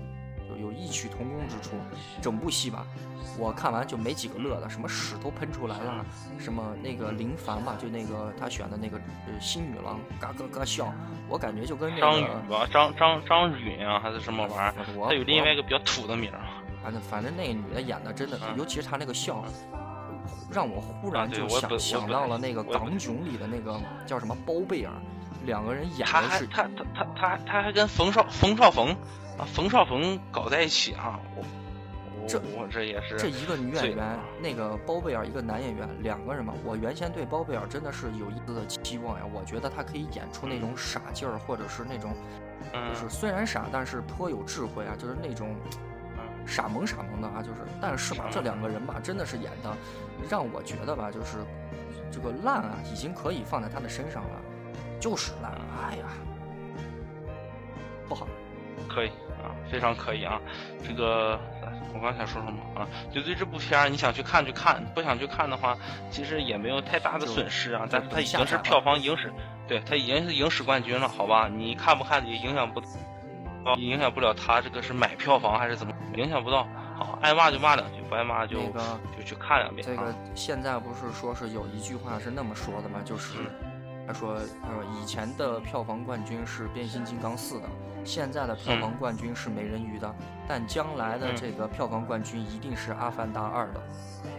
有异曲同工之处。整部戏吧，我看完就没几个乐的，什么屎都喷出来了，什么那个林凡吧，就那个他选的那个新女郎，嘎嘎嘎笑，我感觉就跟那个张宇吧，张允啊，还是什么玩意儿？他有另外一个比较土的名啊。 反正那个女的演的真的，尤其是她那个笑，让我忽然就想到了那个港囧里的那个叫什么包贝尔，两个人演的是他还跟冯绍峰搞在一起啊！我这也是这一个女演员，那个包贝尔一个男演员，两个人嘛。我原先对包贝尔真的是有一丝的期望呀，我觉得他可以演出那种傻劲儿，或者是那种，就是虽然傻，但是颇有智慧啊，就是那种傻萌的啊，就是。但是吧，这两个人吧，真的是演的，让我觉得吧，就是这个烂啊，已经可以放在他的身上了，就是烂，哎呀，不好。 可以啊，非常可以啊！这个我刚才说什么啊？就对这部片儿，你想去看就看，不想去看的话，其实也没有太大的损失啊。但是它已经是票房影史，对，它已经是影史冠军了，好吧？你看不看也影响不了它这个是买票房还是怎么，影响不到。好，爱骂就骂两句，不爱骂就去看两遍。 这个现在不是说是有一句话是那么说的吗？就是他说以前的票房冠军是变形金刚4的。现在的票房冠军是美人鱼的，但将来的这个票房冠军一定是阿凡达2的。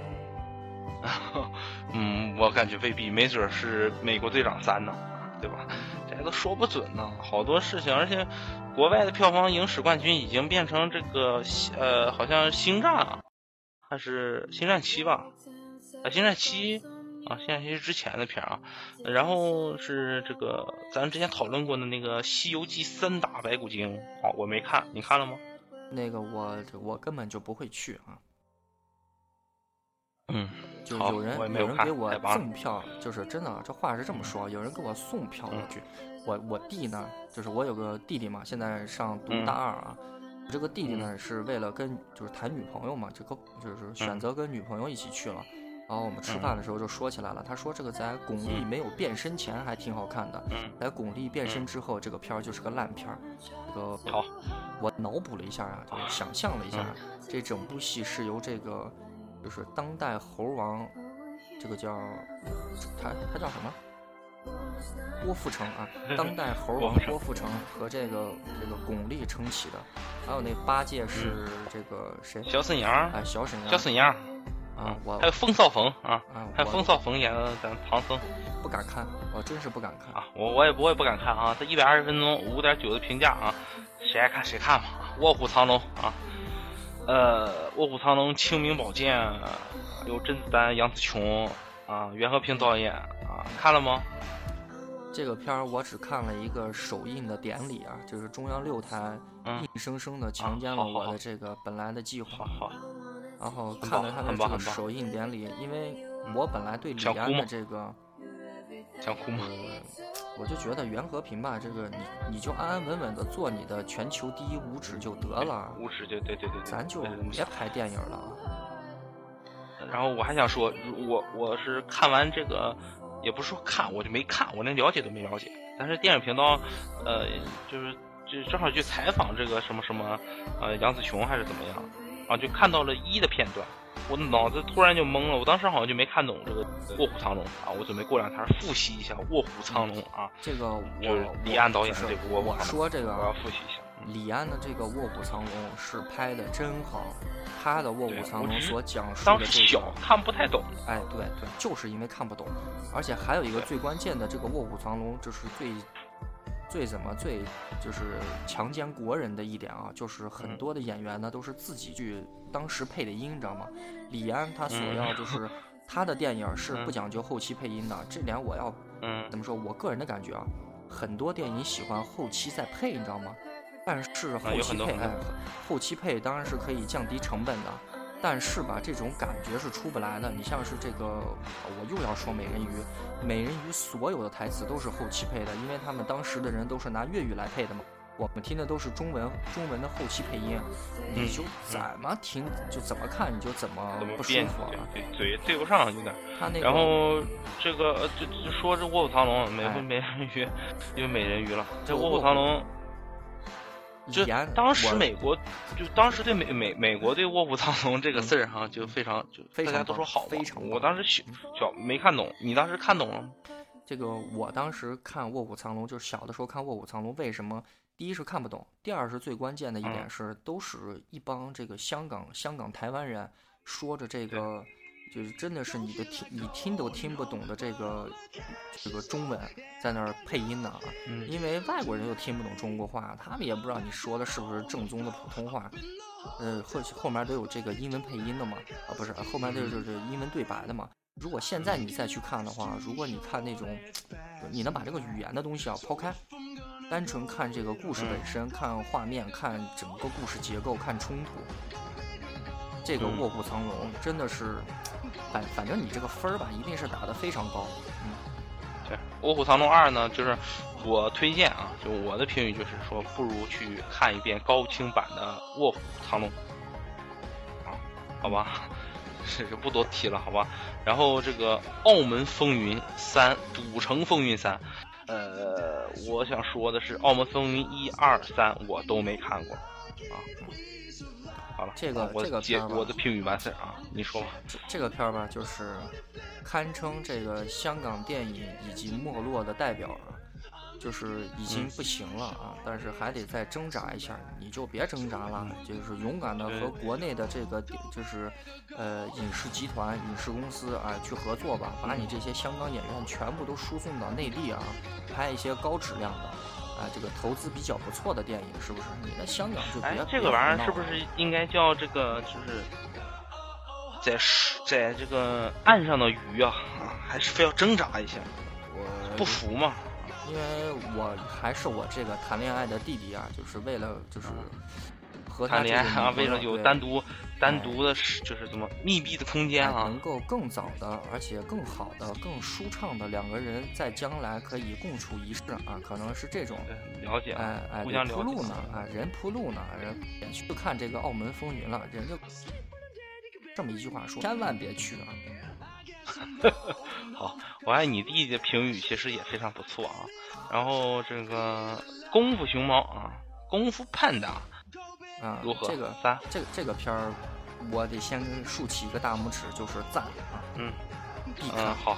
我感觉未必，没准是美国队长3呢，对吧？这都说不准呢，好多事情，而且国外的票房影史冠军已经变成这个好像星战啊，还是星战7吧？星战7。现在是之前的片啊，然后是这个咱之前讨论过的那个《西游记3打白骨精》，我没看，你看了吗？ 那个我根本就不会去啊。就有人给我送票，就是真的，这话是这么说，有人给我送票我去。我弟呢，就是我有个弟弟嘛，现在读大2啊。这个弟弟呢是为了就是谈女朋友嘛，就是选择跟女朋友一起去了。然后我们吃饭的时候就说起来了，他说这个在巩俐没有变身前还挺好看的，在巩俐变身之后，这个片儿就是个烂片儿。这个我脑补了一下啊，就是想象了一下，这整部戏是由这个就是当代猴王，这个叫他叫什么？郭富城啊，当代猴王郭富城和这个巩俐撑起的，还有那8届是这个谁？ 小沈阳， 小沈阳。还有冯绍峰还有冯绍峰演的咱唐僧， 不敢看，我真是不敢看啊！我也不敢看啊！这120分钟5.9的评价啊，谁爱看谁看吧！卧虎藏龙啊，卧虎藏龙、清明宝剑，有甄子丹、杨紫琼啊，袁和平导演啊，看了吗？ 这个片儿我只看了一个首映的典礼啊，就是中央6台硬生生的强奸了我的这个本来的计划。然后看了他的这个首映典礼，因为我本来对李安的这个想哭吗？ 我就觉得袁和平吧，这个你就安安稳稳的做你的全球第1武指就得了， 武指就对， 咱就别拍电影了。 然后我还想说，我是看完这个，也不是说看，我就没看，我连了解都没了解。但是电影频道，就正好去采访这个什么杨紫琼还是怎么样。就看到了1的片段，我的脑子突然就懵了。我当时好像就没看懂这个《卧虎藏龙》啊，我准备过2天复习一下《卧虎藏龙》啊。 这个就是李安导演的这个《卧虎藏龙》， 我说这个我要复习一下。 李安的这个《卧虎藏龙》是拍的真好，他的《卧虎藏龙》所讲述的当时小看不太懂。 哎，对，就是因为看不懂，而且还有一个最关键的，这个《卧虎藏龙》就是最就是强奸国人的一点啊，就是很多的演员呢都是自己去当时配的音，你知道吗？李安他所要就是他的电影是不讲究后期配音的，这点我要怎么说？我个人的感觉啊，很多电影喜欢后期再配，你知道吗？但是后期配当然是可以降低成本的。但是吧，这种感觉是出不来的。你像是这个，我又要说美人鱼，美人鱼所有的台词都是后期配的，因为他们当时的人都是拿粤语来配的嘛，我们听的都是中文的后期配音，你就怎么听就怎么看你就怎么不舒服啊， 嘴对不上有点。 他那个， 然后这个就说这卧虎藏龙，美人鱼，因为美人鱼了，这卧虎藏龙。 就当时美国，就当时对美国对卧虎藏龙这个事儿哈，就非常大家都说好嘛。 非常。 我当时小没看懂，你当时看懂了吗？ 这个我当时看卧虎藏龙，就是小的时候看卧虎藏龙，为什么？第一是看不懂，第二是最关键的一点是，都是一帮这个香港台湾人说着这个。就是真的是你听都听不懂的这个中文，在那儿配音呢啊，因为外国人又听不懂中国话，他们也不知道你说的是不是正宗的普通话，后面都有这个英文配音的嘛，啊不是，后面都有就是英文对白的嘛。如果现在你再去看的话，如果你看那种，你能把这个语言的东西抛开，单纯看这个故事本身，看画面，看整个故事结构，看冲突。这个卧虎藏龙真的是，反正你这个分儿吧，一定是打得非常高。 对，卧虎藏龙2呢，就是我推荐啊，就我的评语就是说，不如去看一遍高清版的卧虎藏龙。啊，好吧，就不多提了，好吧。然后这个澳门风云3、赌城风云3，我想说的是，澳门风云1、2、3我都没看过啊。好了， 这个片我的评语完事啊，你说吧。 这个片儿吧，就是堪称这个香港电影以及没落的代表啊，就是已经不行了啊，但是还得再挣扎一下，你就别挣扎了，就是勇敢的和国内的这个就是影视集团、影视公司啊去合作吧，把你这些香港演员全部都输送到内地啊，拍一些高质量的。这个投资比较不错的电影，是不是？你在香港就别这个玩意儿是不是应该叫这个，就是在这个岸上的鱼啊，还是非要挣扎一下？我不服嘛。 因为我还是我这个谈恋爱的弟弟啊，就是为了就是和他谈恋爱啊，为了有单独的，就是怎么密闭的空间啊， 能够更早的，而且更好的、更舒畅的两个人在将来可以共处一室啊，可能是这种了解，互相了解铺路呢人铺路呢，人也去看这个澳门风云了，人就这么一句话说，千万别去啊。 好，我爱你弟弟的评语其实也非常不错啊。然后这个功夫熊猫啊，功夫潘达。如何？ 这个片儿，我得先竖起一个大拇指，就是赞啊。必看。 好，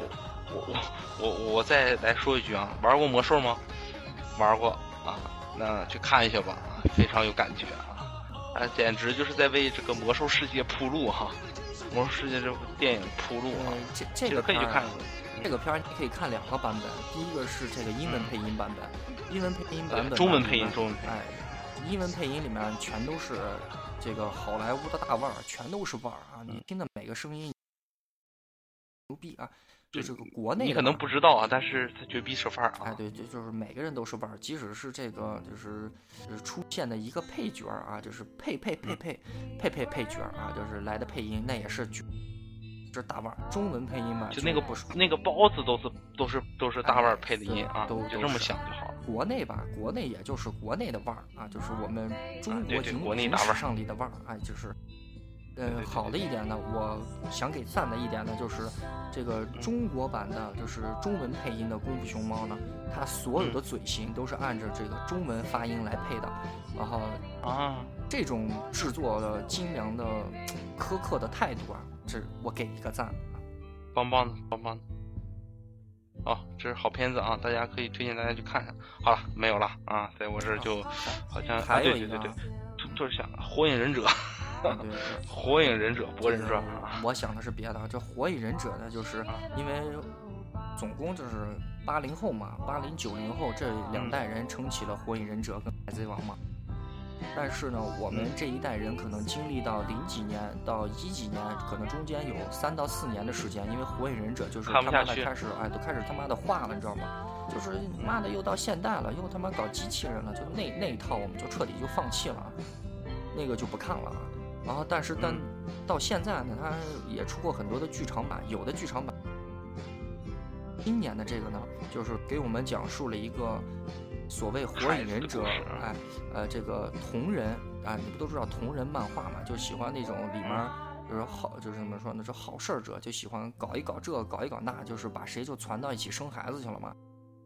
我再来说一句啊，玩过魔兽吗？玩过啊，那去看一下吧，非常有感觉啊，简直就是在为这个魔兽世界铺路哈，魔兽世界这部电影铺路啊。 这个可以去看。 这个片儿你可以看2个版本，第一个是这个英文配音版本，英文配音版本， 中文配音。 英文配音里面全都是这个好莱坞的大腕儿，全都是腕儿啊！你听的每个声音牛逼啊！就是个国内的， 你可能不知道啊，但是他绝逼是腕儿啊！ 对，就是每个人都是腕儿，即使是这个就是出现的一个配角啊，就是配角啊，就是来的配音，那也是是大腕儿。中文配音嘛， 就那个不是那个包子都是大腕儿配的音啊， 都就这么想就好了。 国内吧，国内也就是国内的腕儿啊，就是我们中国影史上里的腕儿啊，就是。好的一点呢，我想给赞的一点呢，就是这个中国版的，就是中文配音的功夫熊猫呢，它所有的嘴型都是按照这个中文发音来配的，然后这种制作的精良的、苛刻的态度啊，这我给一个赞啊， 棒棒的。这是好片子啊，大家可以推荐大家去看看。好了，没有了啊，在我这儿就好像还有一个， 对，就是想火影忍者。 对， 火影忍者博人传， 我想的是别的。这火影忍者呢，就是因为总共就是80后嘛，80、90后这2代人撑起了火影忍者跟海贼王嘛。但是呢，我们这一代人可能经历到0几年到1几年，可能中间有3到4年的时间，因为火影忍者就是他妈的开始都开始他妈的化了，你知道吗？就是妈的又到现代了，又他妈搞机器人了，就那一套我们就彻底就放弃了，那个就不看了。然后，但到现在呢，它也出过很多的剧场版，有的剧场版，今年的这个呢，就是给我们讲述了一个所谓火影忍者，这个同人啊，你不都知道同人漫画嘛？就喜欢那种里面就是好，就是怎么说呢？是好事者，就喜欢搞一搞这，搞一搞那，就是把谁就攒到一起生孩子去了嘛。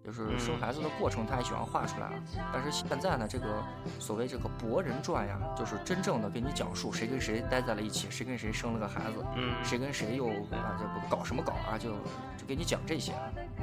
就是生孩子的过程他也喜欢画出来。但是现在呢，这个所谓这个博人传呀，就是真正的给你讲述谁跟谁待在了一起，谁跟谁生了个孩子，谁跟谁又这不搞什么搞啊，就给你讲这些。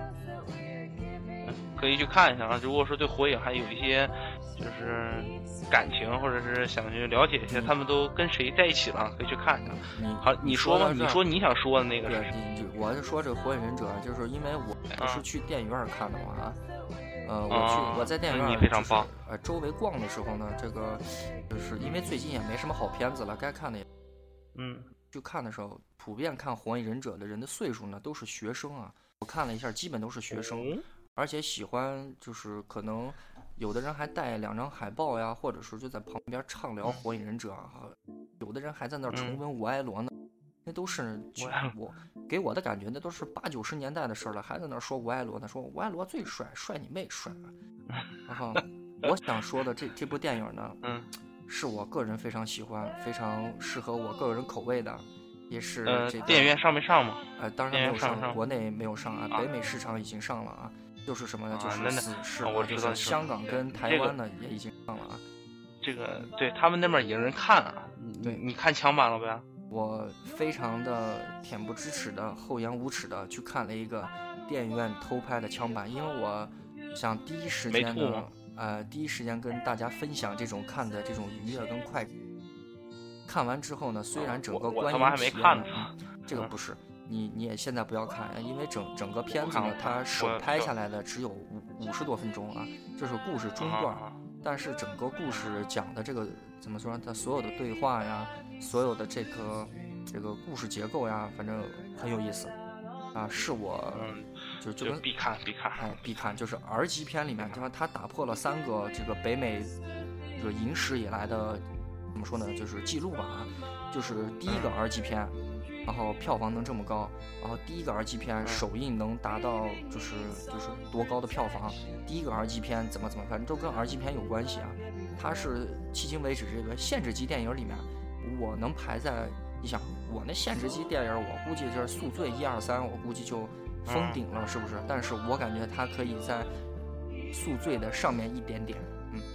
可以去看一下啊。如果说对火影还有一些就是感情，或者是想去了解一下他们都跟谁在一起了，可以去看一下。好，你说吧，你说你想说的那个是。 我是说这个火影忍者，就是因为我是去电影院看的嘛。我在电影院非常棒。 周围逛的时候呢，这个就是因为最近也没什么好片子了，该看的也去看的时候，普遍看火影忍者的人的岁数呢都是学生啊。我看了一下，基本都是学生。而且喜欢就是可能有的人还带2张海报呀，或者是就在旁边畅聊火影忍者啊，有的人还在那儿重温吾爱罗呢。那都是我给我的感觉，那都是80、90年代的事了，还在那儿说吾爱罗呢，说吾爱罗最帅，帅你妹帅。然后我想说的这部电影呢，是我个人非常喜欢，非常适合我个人口味的。也是这个电影院上没上吗？ 当然没有上，国内没有上啊，北美市场已经上了啊。就是什么呢？就是死侍， 我知道， 香港跟台湾呢也已经上了啊。 这个对他们那边也有人看啊。 对， 你看枪版了呗？ 我非常的恬不知耻的、厚颜无耻的去看了一个电影院偷拍的枪版，因为我想第一时间跟大家分享这种看的这种愉悦跟快感。看完之后呢，虽然整个观影体验，这个不是。你也现在不要看，因为整个片子呢，它首拍下来的只有50多分钟啊，这是故事中段，但是整个故事讲的这个怎么说呢？它所有的对话呀，所有的这个故事结构呀，反正很有意思啊，是我就跟必看， 必看，就是R级片里面，因为它打破了3个这个北美这个影史以来的怎么说呢？就是记录吧啊，就是第一个R级片。然后票房能这么高，然后第一个R级片首映能达到就是多高的票房，第一个R级片怎么反正都跟R级片有关系啊。它是迄今为止这个限制级电影里面，我能排在，你想我那限制级电影，我估计就是宿醉1、2、3，我估计就封顶了，是不是？但是我感觉它可以在宿醉的上面一点点。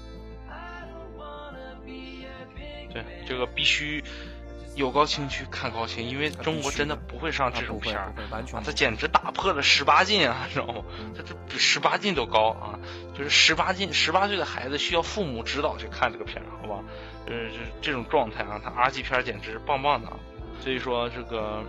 对，这个必须。有高清去看高清，因为中国真的不会上这种片儿，它简直打破了18禁啊，知道吗？它这比18禁都高啊！就是18岁的孩子需要父母指导去看这个片儿，好吧？这种状态啊，它 R 级片简直棒棒的。所以说这个，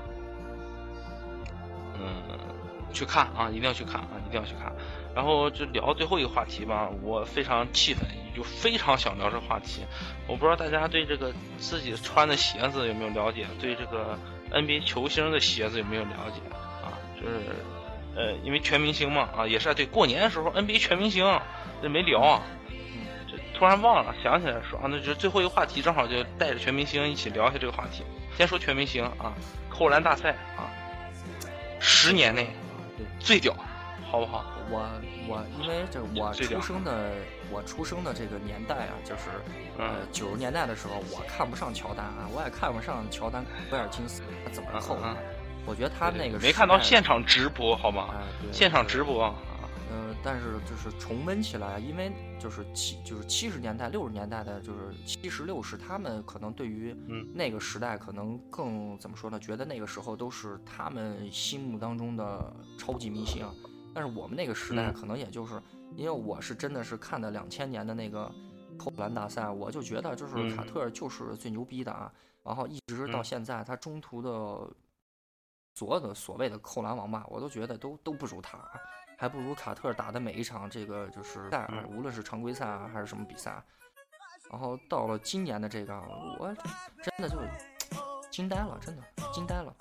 去看啊，一定要去看啊，一定要去看。然后就聊最后一个话题吧，我非常气愤，就非常想聊这个话题。我不知道大家对这个自己穿的鞋子有没有了解，对这个 NBA 球星的鞋子有没有了解啊？就是因为全明星嘛啊，也是对过年的时候 NBA 全明星这没聊啊，这突然忘了，想起来说啊，那就最后一个话题正好就带着全明星一起聊一下这个话题。先说全明星啊，扣篮大赛啊，10年内最屌，好不好？ 我因为这我出生的这个年代啊，就是90年代的时候，我看不上乔丹啊，我也看不上乔丹威尔金斯他怎么扣的。我觉得他那个没看到现场直播好吗？现场直播。 但是就是重温起来，因为就是70年代、60年代的，就是70、60，他们可能对于那个时代可能更怎么说呢？觉得那个时候都是他们心目当中的超级明星啊。但是我们那个时代可能也就是因为我是真的是看的2000年的那个扣篮大赛，我就觉得就是卡特就是最牛逼的啊。然后一直到现在，他中途的所有的所谓的扣篮王吧，我都觉得都不如他。还不如卡特打的每一场这个就是赛，无论是常规赛啊还是什么比赛。然后到了今年的这个，我真的就惊呆了，真的惊呆了。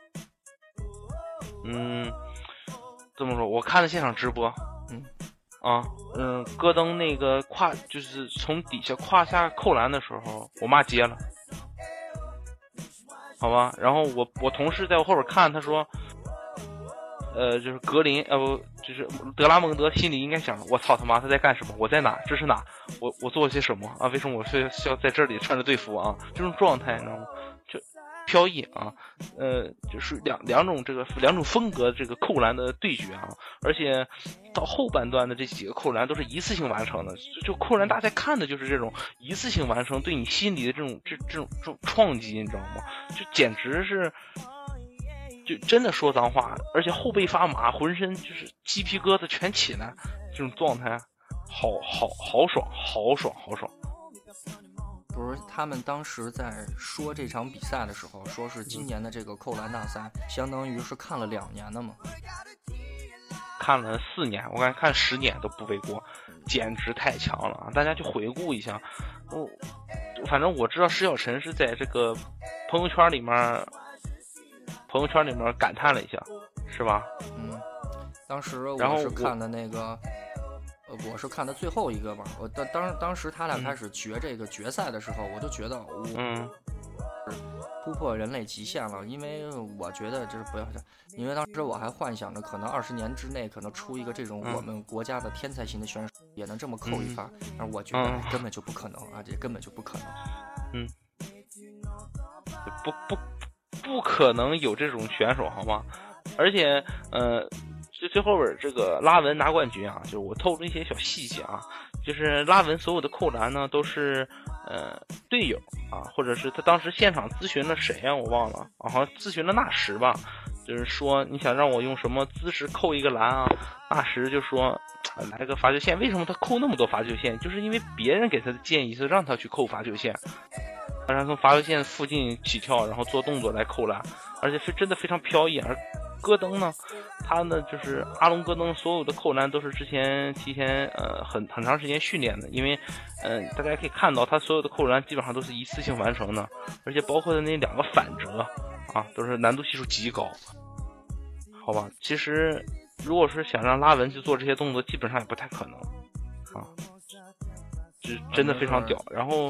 这么说，我看了现场直播，戈登那个就是从底下胯下扣篮的时候，我妈接了，好吧。然后我同事在我后边看，他说。就是格林，就是德拉蒙德心里应该想，我操他妈他在干什么？我在哪？这是哪？我做了些什么啊？为什么我需要在这里穿着队服啊？这种状态你知道吗？就飘逸啊，就是两种风格这个扣篮的对决啊，而且到后半段的这几个扣篮都是一次性完成的，就扣篮大赛看的就是这种一次性完成对你心里的这种创击，你知道吗？就简直是，就真的说脏话，而且后背发麻，浑身就是鸡皮疙瘩全起来，这种状态，好爽，好爽，好爽。 不是，他们当时在说这场比赛的时候，说是今年的这个扣篮大赛，相当于是看了2年的嘛。 看了4年，我感觉看10年都不为过，简直太强了啊！大家去回顾一下，反正我知道施小晨是在这个朋友圈里面感叹了一下，是吧？ 嗯，当时我是看的那个，我是看的最后一个嘛。我当时他俩开始这个决赛的时候，我就觉得突破人类极限了，因为我觉得就是不要，因为当时我还幻想着可能20年之内可能出一个这种我们国家的天才型的选手也能这么扣一发，但是我觉得根本就不可能啊，这根本就不可能。 不可能有这种选手，好吗？而且最后边这个拉文拿冠军啊，就是我透露一些小细节啊，就是拉文所有的扣篮呢都是队友啊，或者是他当时现场咨询了谁啊，我忘了啊，好像咨询了纳什吧，就是说你想让我用什么姿势扣一个篮啊，纳什就说来个罚球线。为什么他扣那么多罚球线？就是因为别人给他的建议是让他去扣罚球线，让他从罚球线附近起跳，然后做动作来扣篮，而且是真的非常飘逸。而戈登呢，他呢就是阿隆戈登所有的扣篮都是之前提前很长时间训练的，因为大家可以看到他所有的扣篮基本上都是一次性完成的，而且包括的那2个反折啊，都是难度系数极高。好吧，其实如果是想让拉文去做这些动作，基本上也不太可能啊，就真的非常屌。然后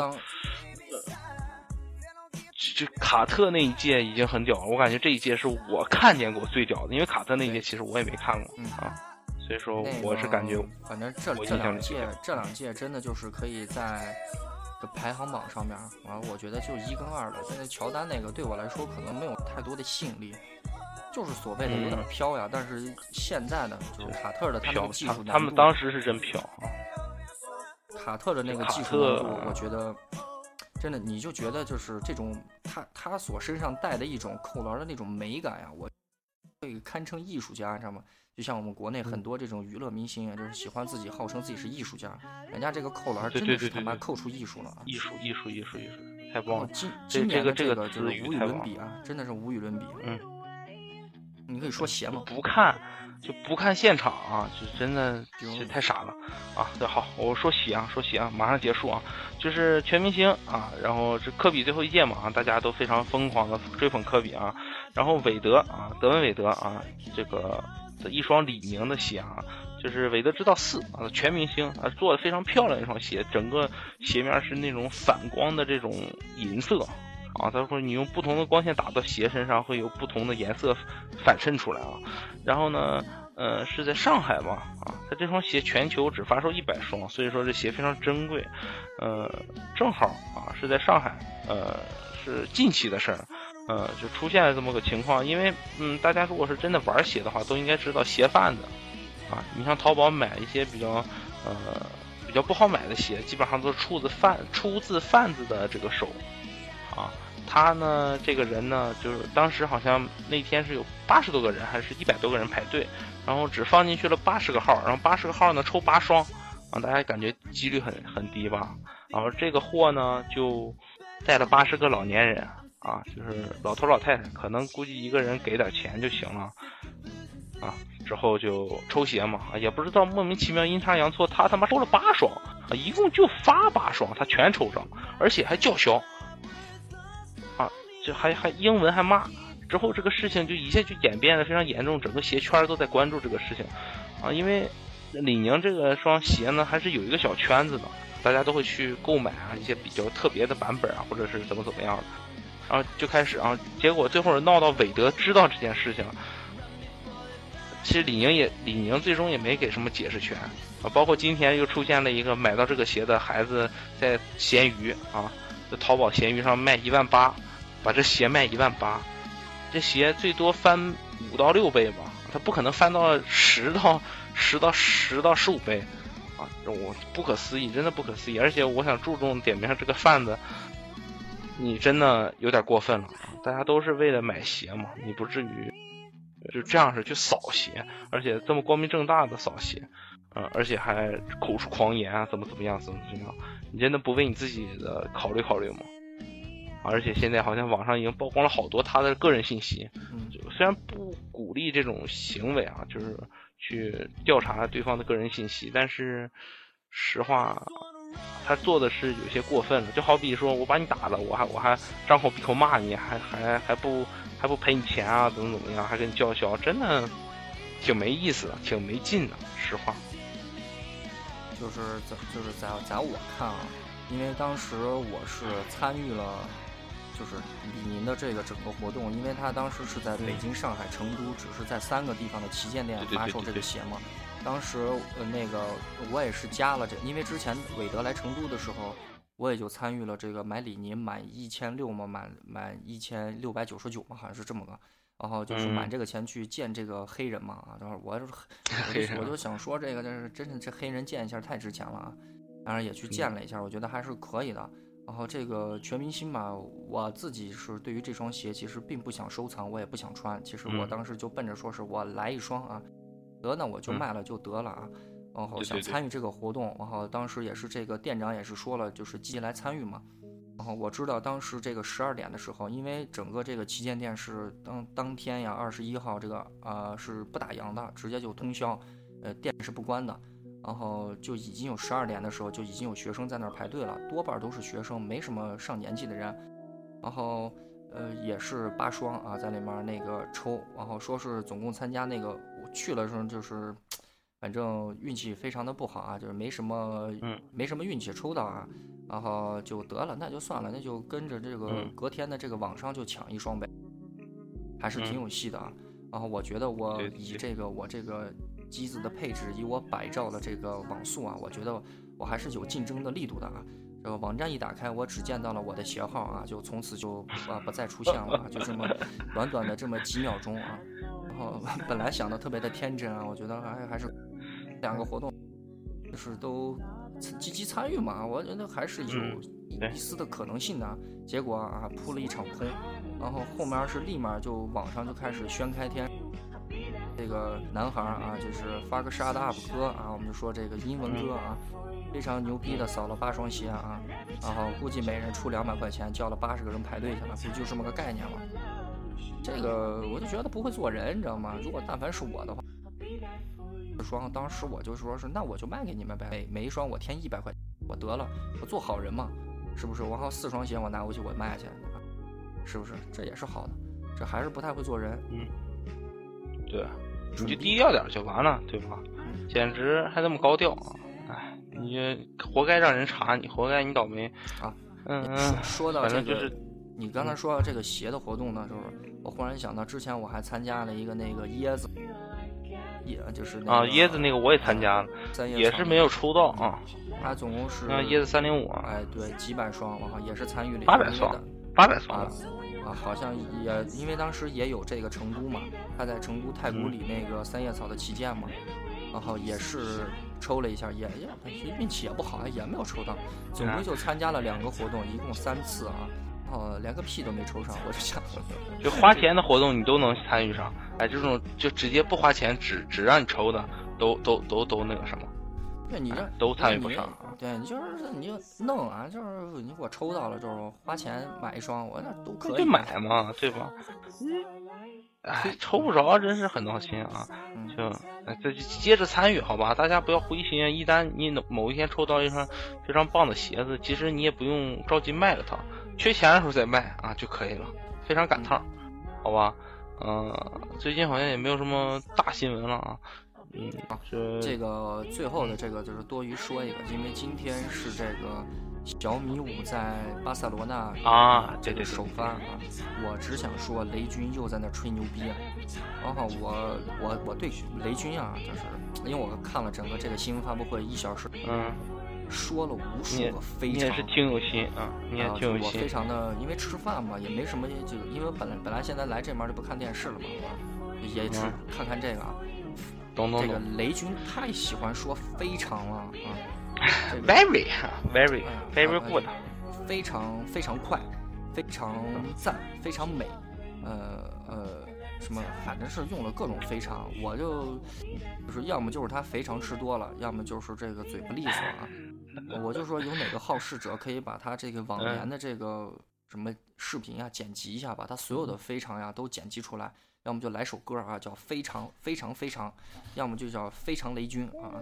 就卡特那一届已经很屌了，我感觉这一届是我看见过最屌的，因为卡特那一届其实我也没看过啊，所以说我是感觉， 反正这两届真的就是可以在排行榜上面，我觉得就1跟2了。现在乔丹那个对我来说可能没有太多的吸引力，就是所谓的有点飘呀。但是现在呢，就是卡特的他们技术难度， 他们当时是真飘啊。 卡特的那个技术难度，我觉得。真的，你就觉得就是这种他所身上带的一种扣篮的那种美感呀，我这个堪称艺术家，你知道吗？就像我们国内很多这种娱乐明星啊，就是喜欢自己号称自己是艺术家，人家这个扣篮真的是他妈扣出艺术了啊！ 艺术，太棒了！ 今年的这个就是无与伦比啊，真的是无与伦比。你可以说邪吗？ 不看现场啊，就真的是太傻了啊！对，好，我说喜啊，马上结束啊，就是全明星啊，然后这科比最后一届嘛啊，大家都非常疯狂的追捧科比啊，然后韦德啊，德文韦德啊，这个一双李宁的鞋啊，就是韦德之道4啊，全明星啊，做的非常漂亮的一双鞋，整个鞋面是那种反光的这种银色。啊，他说你用不同的光线打到鞋身上，会有不同的颜色反衬出来啊。然后呢，是在上海嘛，啊，他这双鞋全球只发售100双，所以说这鞋非常珍贵。正好啊是在上海，是近期的事儿，就出现了这么个情况。因为大家如果是真的玩鞋的话，都应该知道鞋贩子啊，你像淘宝买一些比较不好买的鞋，基本上都是出自贩子的这个手。啊，他呢，这个人呢，就是当时好像那天是有80多个人，还是100多个人排队，然后只放进去了80个号，然后80个号呢抽8双，啊，大家感觉几率很低吧？然后这个货呢就带了80个老年人啊，就是老头老太太，可能估计一个人给点钱就行了，啊，之后就抽鞋嘛，啊，也不知道莫名其妙阴差阳错，他妈抽了8双啊，一共就发8双，他全抽上，而且还叫嚣。就还英文还骂，之后这个事情就一下就演变得非常严重，整个鞋圈都在关注这个事情啊，因为李宁这个双鞋呢还是有一个小圈子的，大家都会去购买啊一些比较特别的版本啊，或者是怎么样的，然后就开始啊，结果最后闹到韦德知道这件事情，其实李宁最终也没给什么解释权啊，包括今天又出现了一个买到这个鞋的孩子在闲鱼啊，在淘宝闲鱼上卖18000，把这鞋卖18000，这鞋最多翻5到6倍吧，啊， 它不可能翻到10到15倍啊！我不可思议，真的不可思议。而且我想注重点评上这个贩子，你真的有点过分了啊！大家都是为了买鞋嘛，你不至于就这样式去扫鞋，而且这么光明正大的扫鞋，而且还口出狂言啊，怎么样，你真的不为你自己的考虑吗？而且现在好像网上已经曝光了好多他的个人信息，虽然不鼓励这种行为啊，就是去调查对方的个人信息，但是实话，他做的是有些过分了。就好比说我把你打了，我还张口闭口骂你，还不赔你钱啊，怎么样，还跟你叫嚣，真的挺没意思的，挺没劲的，实话。 就是在我看啊，因为当时我是参与了就是李宁的这个整个活动，因为他当时是在北京、上海、成都，只是在3个地方的旗舰店发售这个鞋嘛。当时那个我也是加了这，因为之前韦德来成都的时候，我也就参与了这个买李宁满1600嘛，满1699嘛，好像是这么个。然后就是满这个钱去见这个黑人嘛啊，然后我就想说这个真是这黑人见一下太值钱了啊，当然也去见了一下，我觉得还是可以的。然后这个全明星嘛，我自己是对于这双鞋其实并不想收藏，我也不想穿。其实我当时就奔着说是我来一双啊，得那我就卖了就得了啊。然后想参与这个活动，然后当时也是这个店长也是说了，就是积极来参与嘛。然后我知道当时这个12点的时候，因为整个这个旗舰店是当天呀21号这个是不打烊的，直接就通宵，店是不关的。然后就已经有12点的时候就已经有学生在那儿排队了，多半都是学生，没什么上年纪的人。然后也是8双啊，在里面那个抽，然后说是总共参加那个我去了时候就是反正运气非常的不好啊，就是没什么运气抽到啊，然后就得了，那就算了，那就跟着这个隔天的这个网上就抢1双呗，还是挺有戏的啊。然后我觉得我以我这个机子的配置，以我百兆的这个网速啊，我觉得我还是有竞争的力度的啊。这个网站一打开，我只见到了我的鞋号啊，就从此就不再出现了啊，就这么短短的这么几秒钟啊。然后本来想的特别的天真啊，我觉得还是2个活动就是都积极参与嘛，我觉得还是有一丝的可能性的。结果啊扑了一场空，然后后面是立马就网上就开始宣开天。这个男孩啊，就是发个shut up哥啊，我们就说这个英文歌啊，非常牛逼的扫了8双鞋啊，然后估计每人出200块钱，叫了80个人排队去了，不就这么个概念吗？这个我就觉得不会做人，你知道吗？如果但凡是我的话，双当时我就说是那我就卖给你们呗，每一双我添100块钱，我得了，我做好人嘛，是不是？我还有4双鞋我拿回去我卖去，是不是？这也是好的，这还是不太会做人。 对，你就低调点就完了，对吧？简直还这么高调啊！哎，你活该让人查你，活该你倒霉啊！说到这个，就是你刚才说到这个鞋的活动呢，就是我忽然想到之前我还参加了一个那个椰子，就是那个椰子那个我也参加了，也是没有抽到啊。 它总共是椰子305啊， 哎对，几百双，然后也是参与了 800双啊，好像也因为当时也有这个成都嘛，他在成都太古里那个3叶草的旗舰嘛，然后也是抽了一下，也运气也不好，也没有抽到，总归就参加了2个活动，一共3次啊，连个屁都没抽上，我就想， 就花钱的活动你都能参与上，哎，这种就直接不花钱，只让你抽的，都那个什么。 对，你这都参与不上， 对，你就弄啊，就是你给我抽到了，就是花钱买1双，我那都可以就买嘛，对吧？哎，抽不着真是很闹心啊！就接着参与好吧，大家不要灰心。一旦你某一天抽到一双非常棒的鞋子，其实你也不用着急卖了它，缺钱的时候再卖啊就可以了，非常赶趟，好吧？最近好像也没有什么大新闻了啊。 这个最后的这个就是多余说一个，因为今天是这个小米5在巴塞罗那这个首发啊，我只想说雷军又在那吹牛逼啊，然后我对雷军啊，就是因为我看了整个这个新闻发布会1小时，说了无数个非常， 你也是挺有心啊，你也挺有心。 我非常的，因为吃饭嘛，也没什么，就因为本来现在来这边就不看电视了嘛， 也只看看这个啊。这个雷军太喜欢说非常了啊。这个、 very good， 非常非常快，非常赞，非常美，什么，反正是用了各种非常，我就是要么就是他肥肠吃多了，要么就是这个嘴不利索啊。我就说有哪个好事者可以把他这个往年的这个什么视频呀剪辑一下，把他所有的非常呀都剪辑出来，要么就来首歌啊叫非常非常非常，要么就叫非常雷军啊。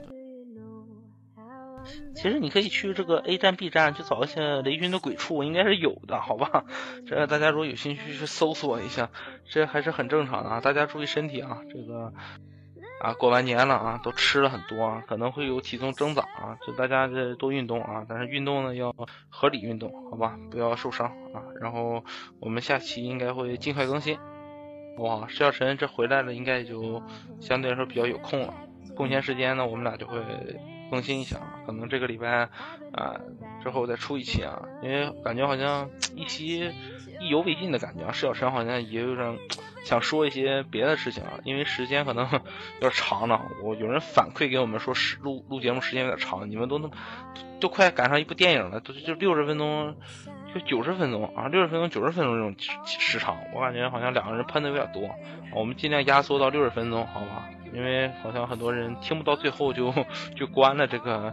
其实你可以去这个 A 站 B 站去找一些雷军的鬼畜，应该是有的，好吧？这大家如果有兴趣去搜索一下，这还是很正常的啊。大家注意身体啊，这个过完年了啊，都吃了很多啊，可能会有体重增长啊，就大家这多运动啊，但是运动呢要合理运动，好吧？不要受伤啊。然后我们下期应该会尽快更新。哇，石小晨这回来了，应该就相对来说比较有空了，空闲时间呢，我们俩就会更新一下，可能这个礼拜之后再出一期啊，因为感觉好像一期意犹未尽的感觉啊。石小晨好像也有点想说一些别的事情啊，因为时间可能有点长了。有人反馈给我们说录节目时间有点长，你们都快赶上一部电影了，就60分钟，就90分钟啊，60分钟90分钟这种时长，我感觉好像两个人喷的有点多，我们尽量压缩到60分钟，好吧？因为好像很多人听不到最后就关了这个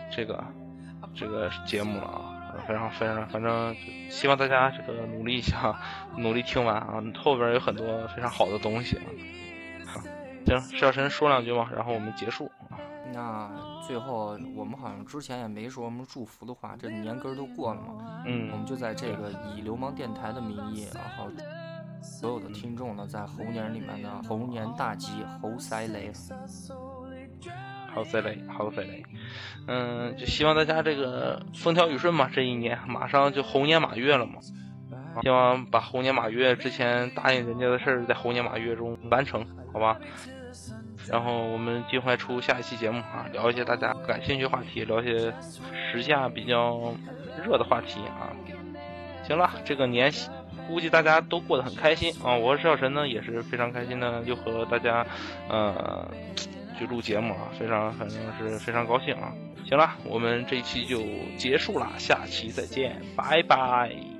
节目了啊，非常反正希望大家这个努力一下，努力听完啊，后边有很多非常好的东西啊。行，石小晨说两句吧，然后我们结束。 那最后我们好像之前也没说什么祝福的话，这年根都过了嘛，我们就在这个以流氓电台的名义，然后所有的听众呢，在猴年里面呢，猴年大吉，猴塞雷， 好塞雷，就希望大家这个风调雨顺嘛，这一年马上就猴年马月了嘛，希望把猴年马月之前答应人家的事儿在猴年马月中完成，好吧？然后我们尽快出下一期节目啊，聊一些大家感兴趣的话题，聊一些时下比较热的话题啊。行了，这个年估计大家都过得很开心啊！我和石小晨呢也是非常开心的，又和大家去录节目啊，反正是非常高兴啊。行了，我们这一期就结束了，下期再见，拜拜。